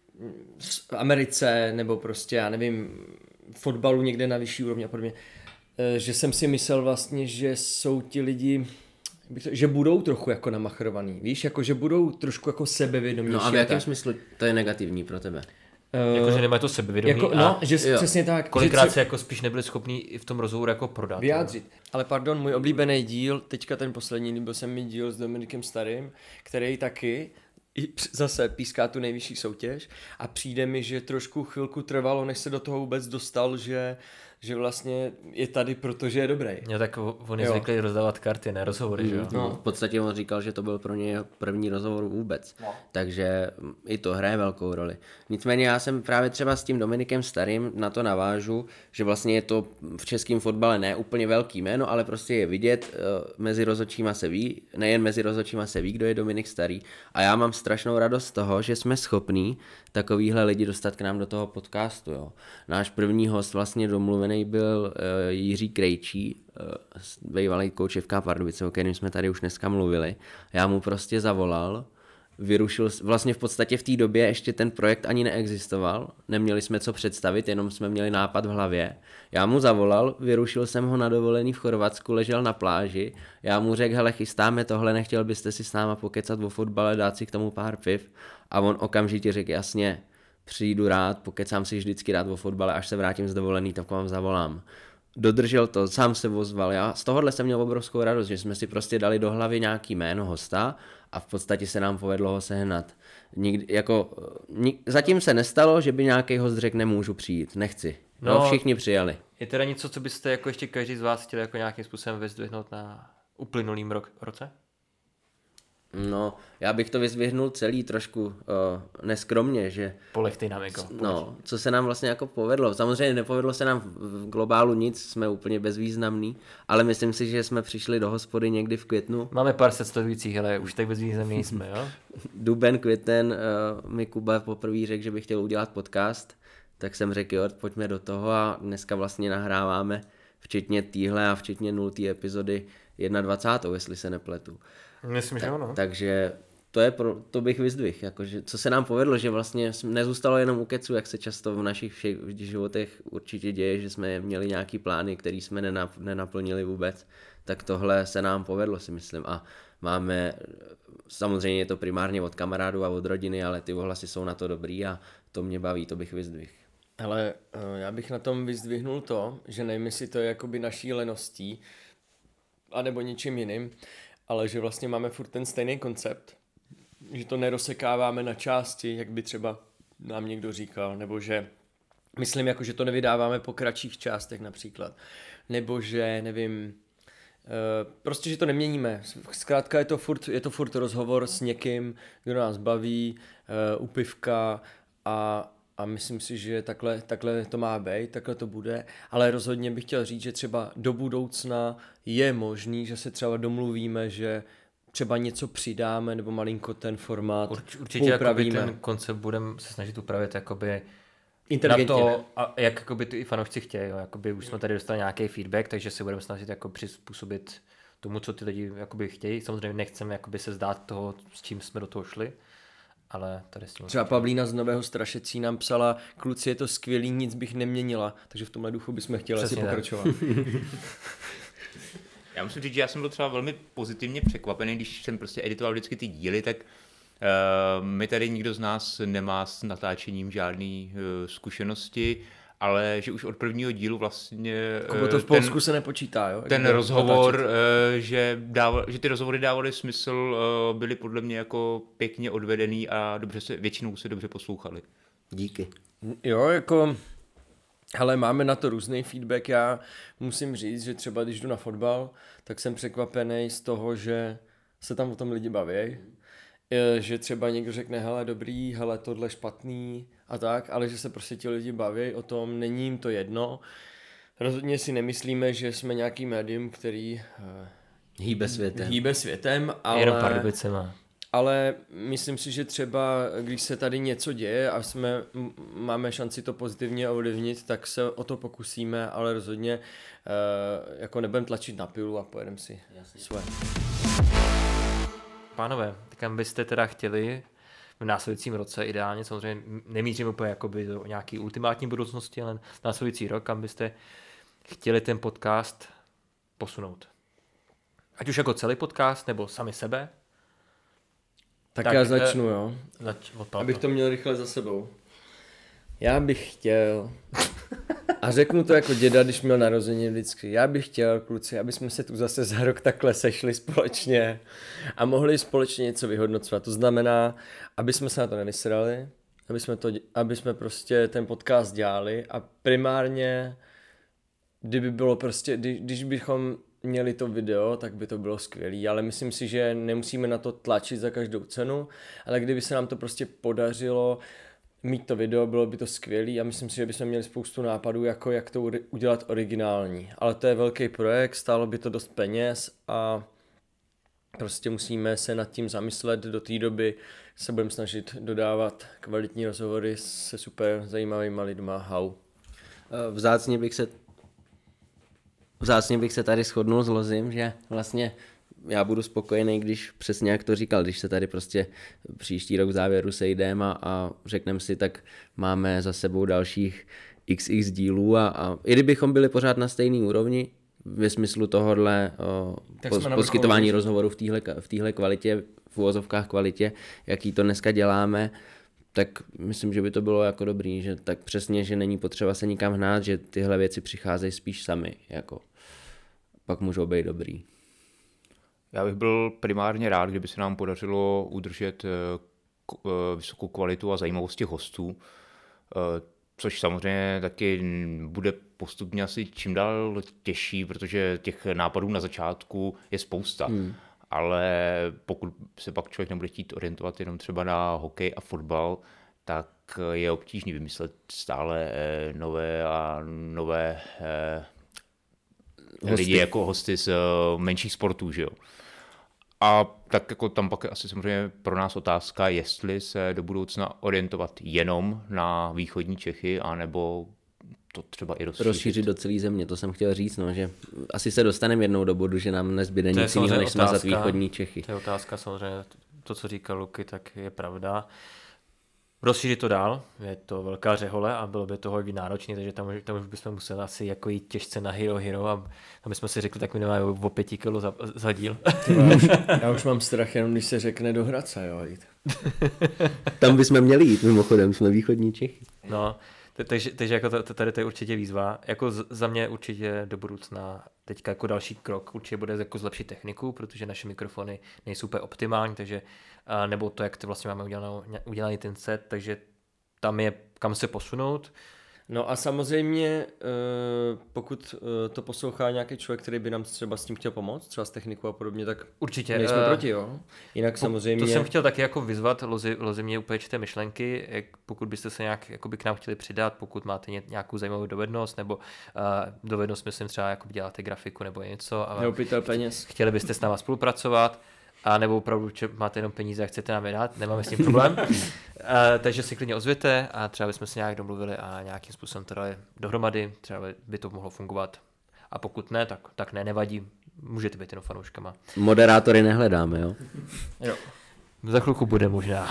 v Americe nebo prostě, já nevím, fotbalu někde na vyšší úrovni a podobně, že jsem si myslel vlastně, že jsou ti lidi, že budou trochu jako namachrovaný, víš, jako že budou trošku jako sebevědomější. No a v jakém smyslu to je negativní pro tebe? Uh, jako, že nemají to sebevědomí jako, a no, že přesně tak. Kolikrát že se jako spíš nebyli schopní i v tom rozhovoru jako prodat. Vyjádřit. Jo. Ale pardon, můj oblíbený díl, teďka ten poslední, byl jsem mi díl s Dominikem Starým, který taky zase píská tu nejvyšší soutěž a přijde mi, že trošku chvilku trvalo, než se do toho vůbec dostal, že, že vlastně je tady, protože je dobrý. Jo, tak on je zvyklý rozdávat karty, ne rozhovory, mm, že jo? No, v podstatě on říkal, že to byl pro něj první rozhovor vůbec, no. Takže i to hraje velkou roli. Nicméně já jsem právě třeba s tím Dominikem Starým na to navážu, že vlastně je to v českém fotbale ne úplně velký jméno, ale prostě je vidět, mezi rozhodčíma se ví, nejen mezi rozhodčíma se ví, kdo je Dominik Starý, a já mám strašnou radost z toho, že jsme schopní takovýhle lidi dostat k nám do toho podcastu. Jo. Náš první host vlastně domluvený byl uh, Jiří Krejčí, uh, bývalý kouč F K Pardubice, o kterém jsme tady už dneska mluvili. Já mu prostě zavolal, vyrušil, vlastně v podstatě v té době ještě ten projekt ani neexistoval, neměli jsme co představit, jenom jsme měli nápad v hlavě. Já mu zavolal, vyrušil jsem ho na dovolený v Chorvatsku, ležel na pláži, já mu řekl, hele, chystáme tohle, nechtěl byste si s náma pokecat o fotbale, dát si k tomu pár piv, a on okamžitě řekl, jasně, přijdu rád, pokecám si vždycky rád o fotbale, až se vrátím z dovolený, tak vám zavolám. Dodržel to, sám se ozval. Já z tohohle jsem měl obrovskou radost, že jsme si prostě dali do hlavy nějaký jméno hosta a v podstatě se nám povedlo ho sehnat. Nikdy, jako, nik, zatím se nestalo, že by nějaký host řekl, nemůžu přijít, nechci. No, no, všichni přijali. Je teda něco, co byste jako ještě každý z vás chtěli jako nějakým způsobem vyzdvihnout na uplynulým rok, roce? No, já bych to vyzvihnul celý trošku uh, neskromně, že... Polechtej nám jako. No, co se nám vlastně jako povedlo. Samozřejmě nepovedlo se nám v globálu nic, jsme úplně bezvýznamný, ale myslím si, že jsme přišli do hospody někdy v květnu. Máme pár set sledujících, ale už tak bezvýznamný jsme, jo? Duben, květen, uh, mi Kuba poprvé řekl, že by chtěl udělat podcast, tak jsem řekl, jo, pojďme do toho, a dneska vlastně nahráváme včetně týhle a včetně nultý epizody dvacátou první, jestli se nepletu. Myslím, že ano. Takže to, je pro, to bych vyzdvihl, jakože, co se nám povedlo, že vlastně nezůstalo jenom u kecu, jak se často v našich všech životech určitě děje, že jsme měli nějaký plány, který jsme nenap, nenaplnili vůbec, tak tohle se nám povedlo, si myslím, a máme, samozřejmě je to primárně od kamarádů a od rodiny, ale ty ohlasy jsou na to dobrý a to mě baví, to bych vyzdvihl. Ale já bych na tom vyzdvihnul to, že nevím, jestli to je jakoby naší leností, anebo něčím jiným, ale že vlastně máme furt ten stejný koncept, že to nerozsekáváme na části, jak by třeba nám někdo říkal, nebo že myslím, jako, že to nevydáváme po kratších částech například, nebo že, nevím, prostě, že to neměníme. Zkrátka je to furt, je to furt rozhovor s někým, kdo nás baví, u pivka, a A myslím si, že takhle, takhle to má být, takhle to bude, ale rozhodně bych chtěl říct, že třeba do budoucna je možný, že se třeba domluvíme, že třeba něco přidáme, nebo malinko ten formát Urč, Určitě ten koncept budeme se snažit upravit jakoby na to, a jak jakoby ty fanoušci chtějí. Jo. Jakoby už jsme tady dostali nějaký feedback, takže se budeme snažit jako přizpůsobit tomu, co ty lidi jakoby chtějí. Samozřejmě nechceme jakoby se zdát toho, s čím jsme do toho šli. Ale tady s třeba Pavlína z Nového Strašecí nám psala, kluci, je to skvělý, nic bych neměnila, takže v tomhle duchu bychom chtěli Přesně asi pokračovat. Já musím říct, že já jsem byl třeba velmi pozitivně překvapený, když jsem prostě editoval vždycky ty díly, tak uh, my tady nikdo z nás nemá s natáčením žádný uh, zkušenosti, ale že už od prvního dílu vlastně... Kubo, to v Polsku ten, se nepočítá, jo? Ten rozhovor, uh, že, dával, že ty rozhovory dávaly smysl, uh, byly podle mě jako pěkně odvedený a dobře se, většinou se dobře poslouchali. Díky. Jo, jako... Hele, máme na to různý feedback. Já musím říct, že třeba když jdu na fotbal, tak jsem překvapený z toho, že se tam o tom lidi baví. Že třeba někdo řekne, hele, dobrý, hele, tohle špatný a tak, ale že se prostě ti lidi baví o tom, není jim to jedno. Rozhodně si nemyslíme, že jsme nějaký médium, který hýbe světem. Hýbe světem, ale... Jenom Pardubicema. Ale myslím si, že třeba, když se tady něco děje a jsme, máme šanci to pozitivně ovlivnit, tak se o to pokusíme, ale rozhodně uh, jako nebudeme tlačit na pilu a pojedeme si Jasně. své. Pánové, kam byste teda chtěli v následujícím roce ideálně, samozřejmě nemířím úplně jakoby do nějaký ultimátní budoucnosti, ale následující rok, kam byste chtěli ten podcast posunout. Ať už jako celý podcast, nebo sami sebe. Tak, Tak, já eh, začnu, jo. Zač- od Pavla. Abych to měl rychle za sebou. Já bych chtěl, a řeknu to jako děda, když měl narozeniny vždycky, já bych chtěl, kluci, aby jsme se tu zase za rok takhle sešli společně a mohli společně něco vyhodnocovat. To znamená, aby jsme se na to nevysrali, aby jsme, to, aby jsme prostě ten podcast dělali a primárně, kdyby bylo prostě, kdy, když bychom měli to video, tak by to bylo skvělé, ale myslím si, že nemusíme na to tlačit za každou cenu, ale kdyby se nám to prostě podařilo mít to video, bylo by to skvělé a myslím si, že bychom měli spoustu nápadů, jako jak to udělat originální. Ale to je velký projekt, stálo by to dost peněz a prostě musíme se nad tím zamyslet. Do té doby se budeme snažit dodávat kvalitní rozhovory se super zajímavýma lidma. How? Vzácně bych se Vzácně bych se tady shodnul s Lozim, že vlastně já budu spokojený, když přesně jak to říkal, když se tady prostě příští rok v závěru sejdeme a, a řekneme si, tak máme za sebou dalších iks iks dílů a, a i kdybychom byli pořád na stejné úrovni ve smyslu tohohle o, pos, poskytování rozhovoru v téhle v téhle kvalitě, v uvozovkách kvalitě, jaký to dneska děláme, tak myslím, že by to bylo jako dobrý, že tak přesně, že není potřeba se nikam hnát, že tyhle věci přicházejí spíš sami, jako pak můžou být dobrý. Já bych byl primárně rád, kdyby se nám podařilo udržet vysokou kvalitu a zajímavost těch hostů, což samozřejmě taky bude postupně asi čím dál těžší, protože těch nápadů na začátku je spousta. Hmm. Ale pokud se pak člověk nebude chtít orientovat jenom třeba na hokej a fotbal, tak je obtížný vymyslet stále nové a nové hosty. Lidi jako hosty z menších sportů, že jo. A tak jako tam pak je asi samozřejmě pro nás otázka, jestli se do budoucna orientovat jenom na východní Čechy, anebo to třeba i rozšířit. Rozšířit do celé země, to jsem chtěl říct, no, že asi se dostaneme jednou do bodu, že nám nezbyde nic jiného, než smazat východní Čechy. To je otázka samozřejmě, to, co říkal Luky, tak je pravda. Rozšířit to dál, je to velká řehole a bylo by to hodně náročné, takže tam, tam už bychom museli asi jako jít těžce na Hero Hero a tam jsme si řekli, tak minimálně o pěti kilo za, za díl. Já už, já už mám strach jenom, když se řekne do Hradce, jo, jít. Tam bychom měli jít, mimochodem, jsme východní Čechy. No, takže, takže jako tady to je určitě výzva. Jako za mě určitě do budoucna teďka jako další krok určitě bude jako zlepšit techniku, protože naše mikrofony nejsou úplně optimální, takže nebo to, jak to vlastně máme udělaný, udělaný ten set, takže tam je kam se posunout. No a samozřejmě, pokud to poslouchá nějaký člověk, který by nám třeba s tím chtěl pomoct, třeba s technikou a podobně, tak určitě nejsme uh, proti, jo. Jinak po, samozřejmě... To jsem chtěl taky jako vyzvat, lozi, lozi mě úplně čte myšlenky, jak pokud byste se nějak jakoby k nám chtěli přidat, pokud máte nějakou zajímavou dovednost, nebo uh, dovednost, myslím třeba, jako děláte grafiku nebo něco. A nebo pytel peněz. Chtěli byste s náma spolupracovat, a nebo opravdu máte jenom peníze a chcete nám je dát, nemáme s tím problém. uh, takže si klidně ozvěte a třeba bychom se nějak domluvili a nějakým způsobem to dali dohromady, třeba by to mohlo fungovat. A pokud ne, tak, tak ne, nevadí, můžete být jenom fanouškama. Moderátory nehledáme, jo? Jo. Za chvilku bude možná.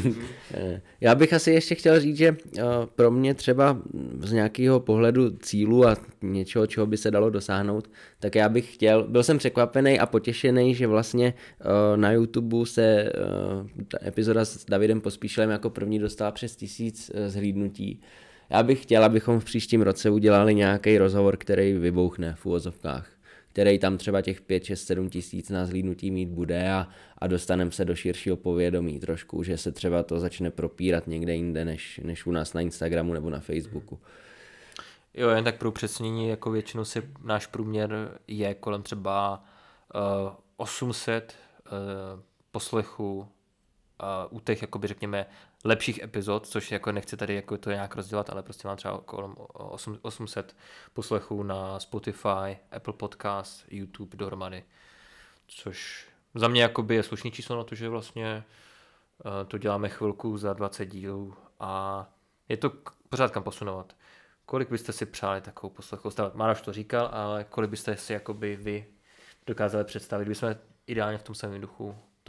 Já bych asi ještě chtěl říct, že pro mě třeba z nějakého pohledu cílu a něčeho, čeho by se dalo dosáhnout, tak já bych chtěl, byl jsem překvapený a potěšený, že vlastně na YouTube se ta epizoda s Davidem Pospíšilem jako první dostala přes tisíc zhlídnutí. Já bych chtěl, abychom v příštím roce udělali nějaký rozhovor, který vybouchne v uvozovkách, který tam třeba těch pět, šest, sedm tisíc na zhlídnutí mít bude a, a dostaneme se do širšího povědomí trošku, že se třeba to začne propírat někde jinde, než, než u nás na Instagramu nebo na Facebooku. Jo, jen tak pro upřesnění, jako většinou si náš průměr je kolem třeba uh, osm set uh, poslechů uh, u těch, jakoby řekněme, lepších epizod, což jako nechci tady jako to nějak rozdělat, ale prostě mám třeba kolem osm set poslechů na Spotify, Apple Podcast, YouTube dohromady, což za mě jakoby je slušný číslo na to, že vlastně uh, to děláme chvilku za dvacet dílů a je to pořád kam posunovat. Kolik byste si přáli takovou poslechovost? Mároš to říkal, ale kolik byste si jakoby vy dokázali představit, kdybychom ideálně v tom samém duchu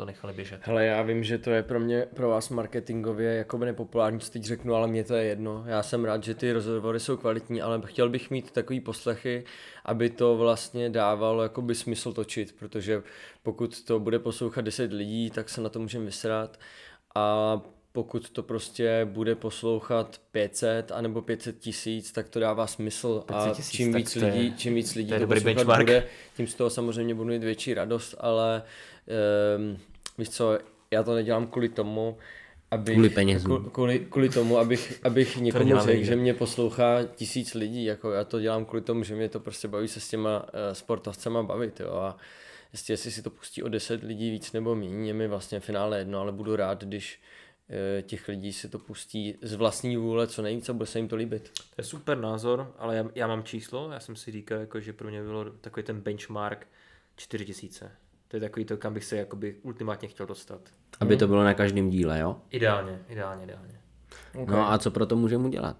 to nechali běžet. Hele, já vím, že to je pro mě, pro vás marketingově jakoby nepopulární, co teď řeknu, ale mně to je jedno. Já jsem rád, že ty rozhovory jsou kvalitní, ale chtěl bych mít takový poslechy, aby to vlastně dávalo jakoby smysl točit, protože pokud to bude poslouchat deset lidí, tak se na to můžeme vysrat a pokud to prostě bude poslouchat pět set anebo pět set tisíc, tak to dává smysl a čím víc lidí, čím víc lidí to, to poslouchat benchmark. Bude, tím z toho samozřejmě budu mít větší radost, ale um, víš co, já to nedělám kvůli tomu, abych, kvůli penězům. Kvůli, kvůli tomu, abych, abych někomu řekl, že mě poslouchá tisíc lidí, jako já to dělám kvůli tomu, že mě to prostě baví se s těma uh, sportovcema bavit, jo, a jestli, jestli si to pustí o deset lidí víc nebo méně, je mi vlastně v finále jedno, ale budu rád, když těch lidí si to pustí z vlastní vůle co nejvíc a bude se jim to líbit. To je super názor, ale já, já mám číslo, já jsem si říkal, jako, že pro mě bylo takový ten benchmark čtyři tisíce. To je takový to, kam bych se jakoby ultimátně chtěl dostat. Aby to bylo na každém díle, jo? Ideálně, ideálně, ideálně. Okay. No a co pro to můžeme udělat?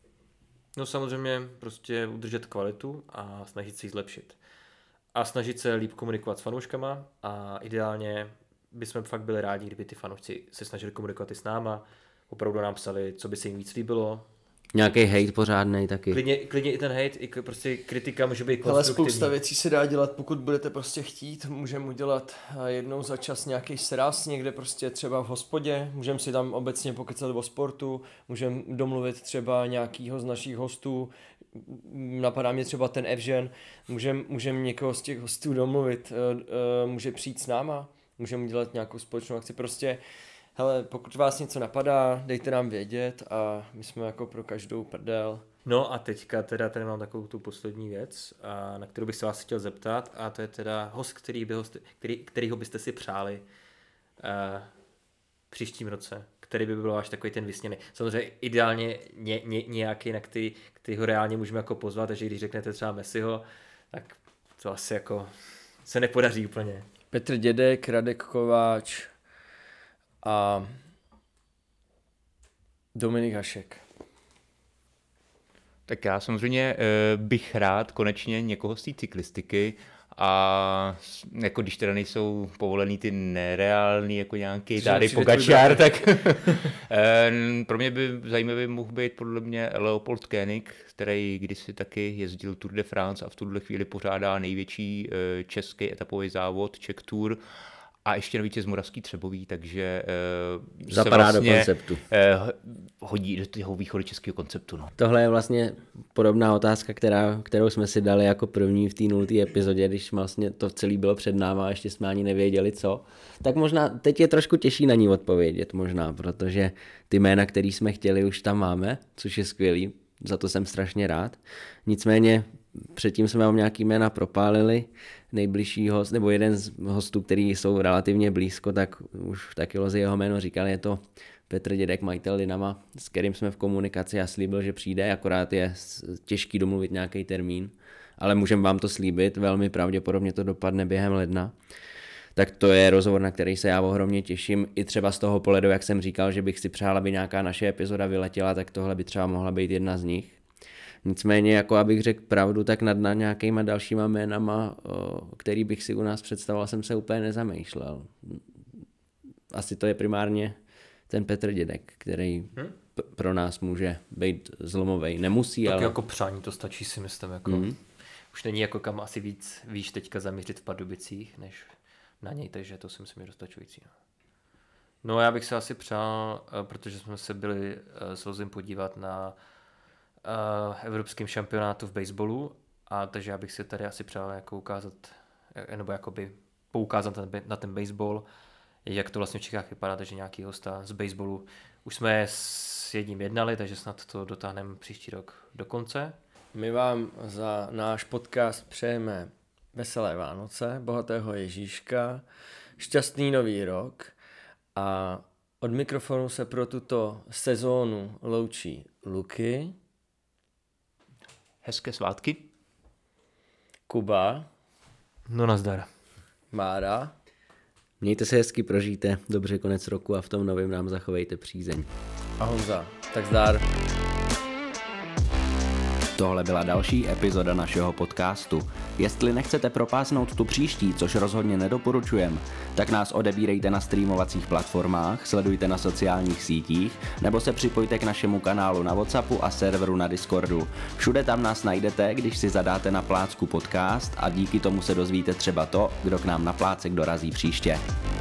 No samozřejmě prostě udržet kvalitu a snažit se ji zlepšit. A snažit se líp komunikovat s fanouškama a ideálně bychom fakt byli rádi, kdyby ty fanoušci se snažili komunikovat i s náma, opravdu nám psali, co by se jim víc líbilo. Nějaký hejt pořádnej taky. Klidně, klidně i ten hejt, i prostě kritika může být konstruktivní. Ale spousta věcí se dá dělat, pokud budete prostě chtít. Můžeme udělat jednou za čas nějaký sraz někde prostě třeba v hospodě, můžeme si tam obecně pokecat o sportu, můžeme domluvit třeba nějakýho z našich hostů, napadá mě třeba ten Evžen, můžeme můžem někoho z těch hostů domluvit, může přijít s náma. Můžeme udělat nějakou společnou akci, prostě, hele, pokud vás něco napadá, dejte nám vědět a my jsme jako pro každou prdel. No a teďka teda tady mám takovou tu poslední věc, a na kterou bych se vás chtěl zeptat, a to je teda host, který by host, který, kterýho byste si přáli uh, příštím roce, který by byl váš takový ten vysněný. Samozřejmě ideálně ně, ně, nějaký, na který, který ho reálně můžeme jako pozvat, takže když řeknete třeba Messiho, tak to asi jako se nepodaří úplně. Petr Dědek, Radek Kováč a Dominik Hašek. Tak já samozřejmě bych rád konečně někoho z té cyklistiky a jako když teda nejsou povolený ty nereální jako nějaký tady Pogačár, tak pro mě by zajímavý mohl být podle mě Leopold Koenig, který kdysi taky jezdil Tour de France a v tuhle chvíli pořádá největší český etapový závod Czech Tour a ještě navíc je z Moravský Třebový, takže uh, zapadá vlastně, do konceptu. Uh, hodí do toho východočeského konceptu. No. Tohle je vlastně podobná otázka, která, kterou jsme si dali jako první v té nulté epizodě, když vlastně to celé bylo před náma a ještě jsme ani nevěděli co. Tak možná teď je trošku těžší na ní odpovědět možná, protože ty jména, které jsme chtěli, už tam máme, což je skvělý, za to jsem strašně rád. Nicméně předtím jsme vám nějaký jména propálili, nejbližší host, nebo jeden z hostů, který jsou relativně blízko, tak už taky lozi jeho jméno říkali, je to Petr Dědek, majitel Dynama, s kterým jsme v komunikaci a slíbil, že přijde, akorát je těžký domluvit nějaký termín, ale můžeme vám to slíbit, velmi pravděpodobně to dopadne během ledna. Tak to je rozhovor, na který se já ohromně těším, i třeba z toho pohledu, jak jsem říkal, že bych si přál, aby nějaká naše epizoda vyletěla, tak tohle by třeba mohla být jedna z nich. Nicméně, jako abych řekl pravdu, tak nad, nad nějakýma dalšíma jménama, který bych si u nás představoval, jsem se úplně nezamýšlel. Asi to je primárně ten Petr Dědek, který hmm? p- pro nás může být zlomovej. Nemusí, tak ale... jako přání to stačí, si myslím. Jako. Hmm. Už není jako kam asi víc víš teďka zamířit v Pardubicích, než na něj, takže to si myslím je dostačující. No já bych se asi přál, protože jsme se byli s Lozem podívat na Uh, evropském šampionátu v baseballu, a takže já bych si tady asi přál jako ukázat, nebo jakoby poukázat na ten, na ten baseball, jak to vlastně v Čechách vypadá, takže nějaký hosta z baseballu. Už jsme s jedním jednali, takže snad to dotáhneme příští rok do konce. My vám za náš podcast přejeme veselé Vánoce, bohatého Ježíška, šťastný nový rok a od mikrofonu se pro tuto sezónu loučí Luky, hezké svátky, Kuba, no nazdar, Mára. Mějte se hezky, prožijte dobře konec roku a v tom novém nám zachovejte přízeň. A Honza. Tak zdar. Tohle byla další epizoda našeho podcastu. Jestli nechcete propásnout tu příští, což rozhodně nedoporučujem, tak nás odebírejte na streamovacích platformách, sledujte na sociálních sítích, nebo se připojte k našemu kanálu na WhatsAppu a serveru na Discordu. Všude tam nás najdete, když si zadáte na Plácku podcast a díky tomu se dozvíte třeba to, kdo k nám na Plácek dorazí příště.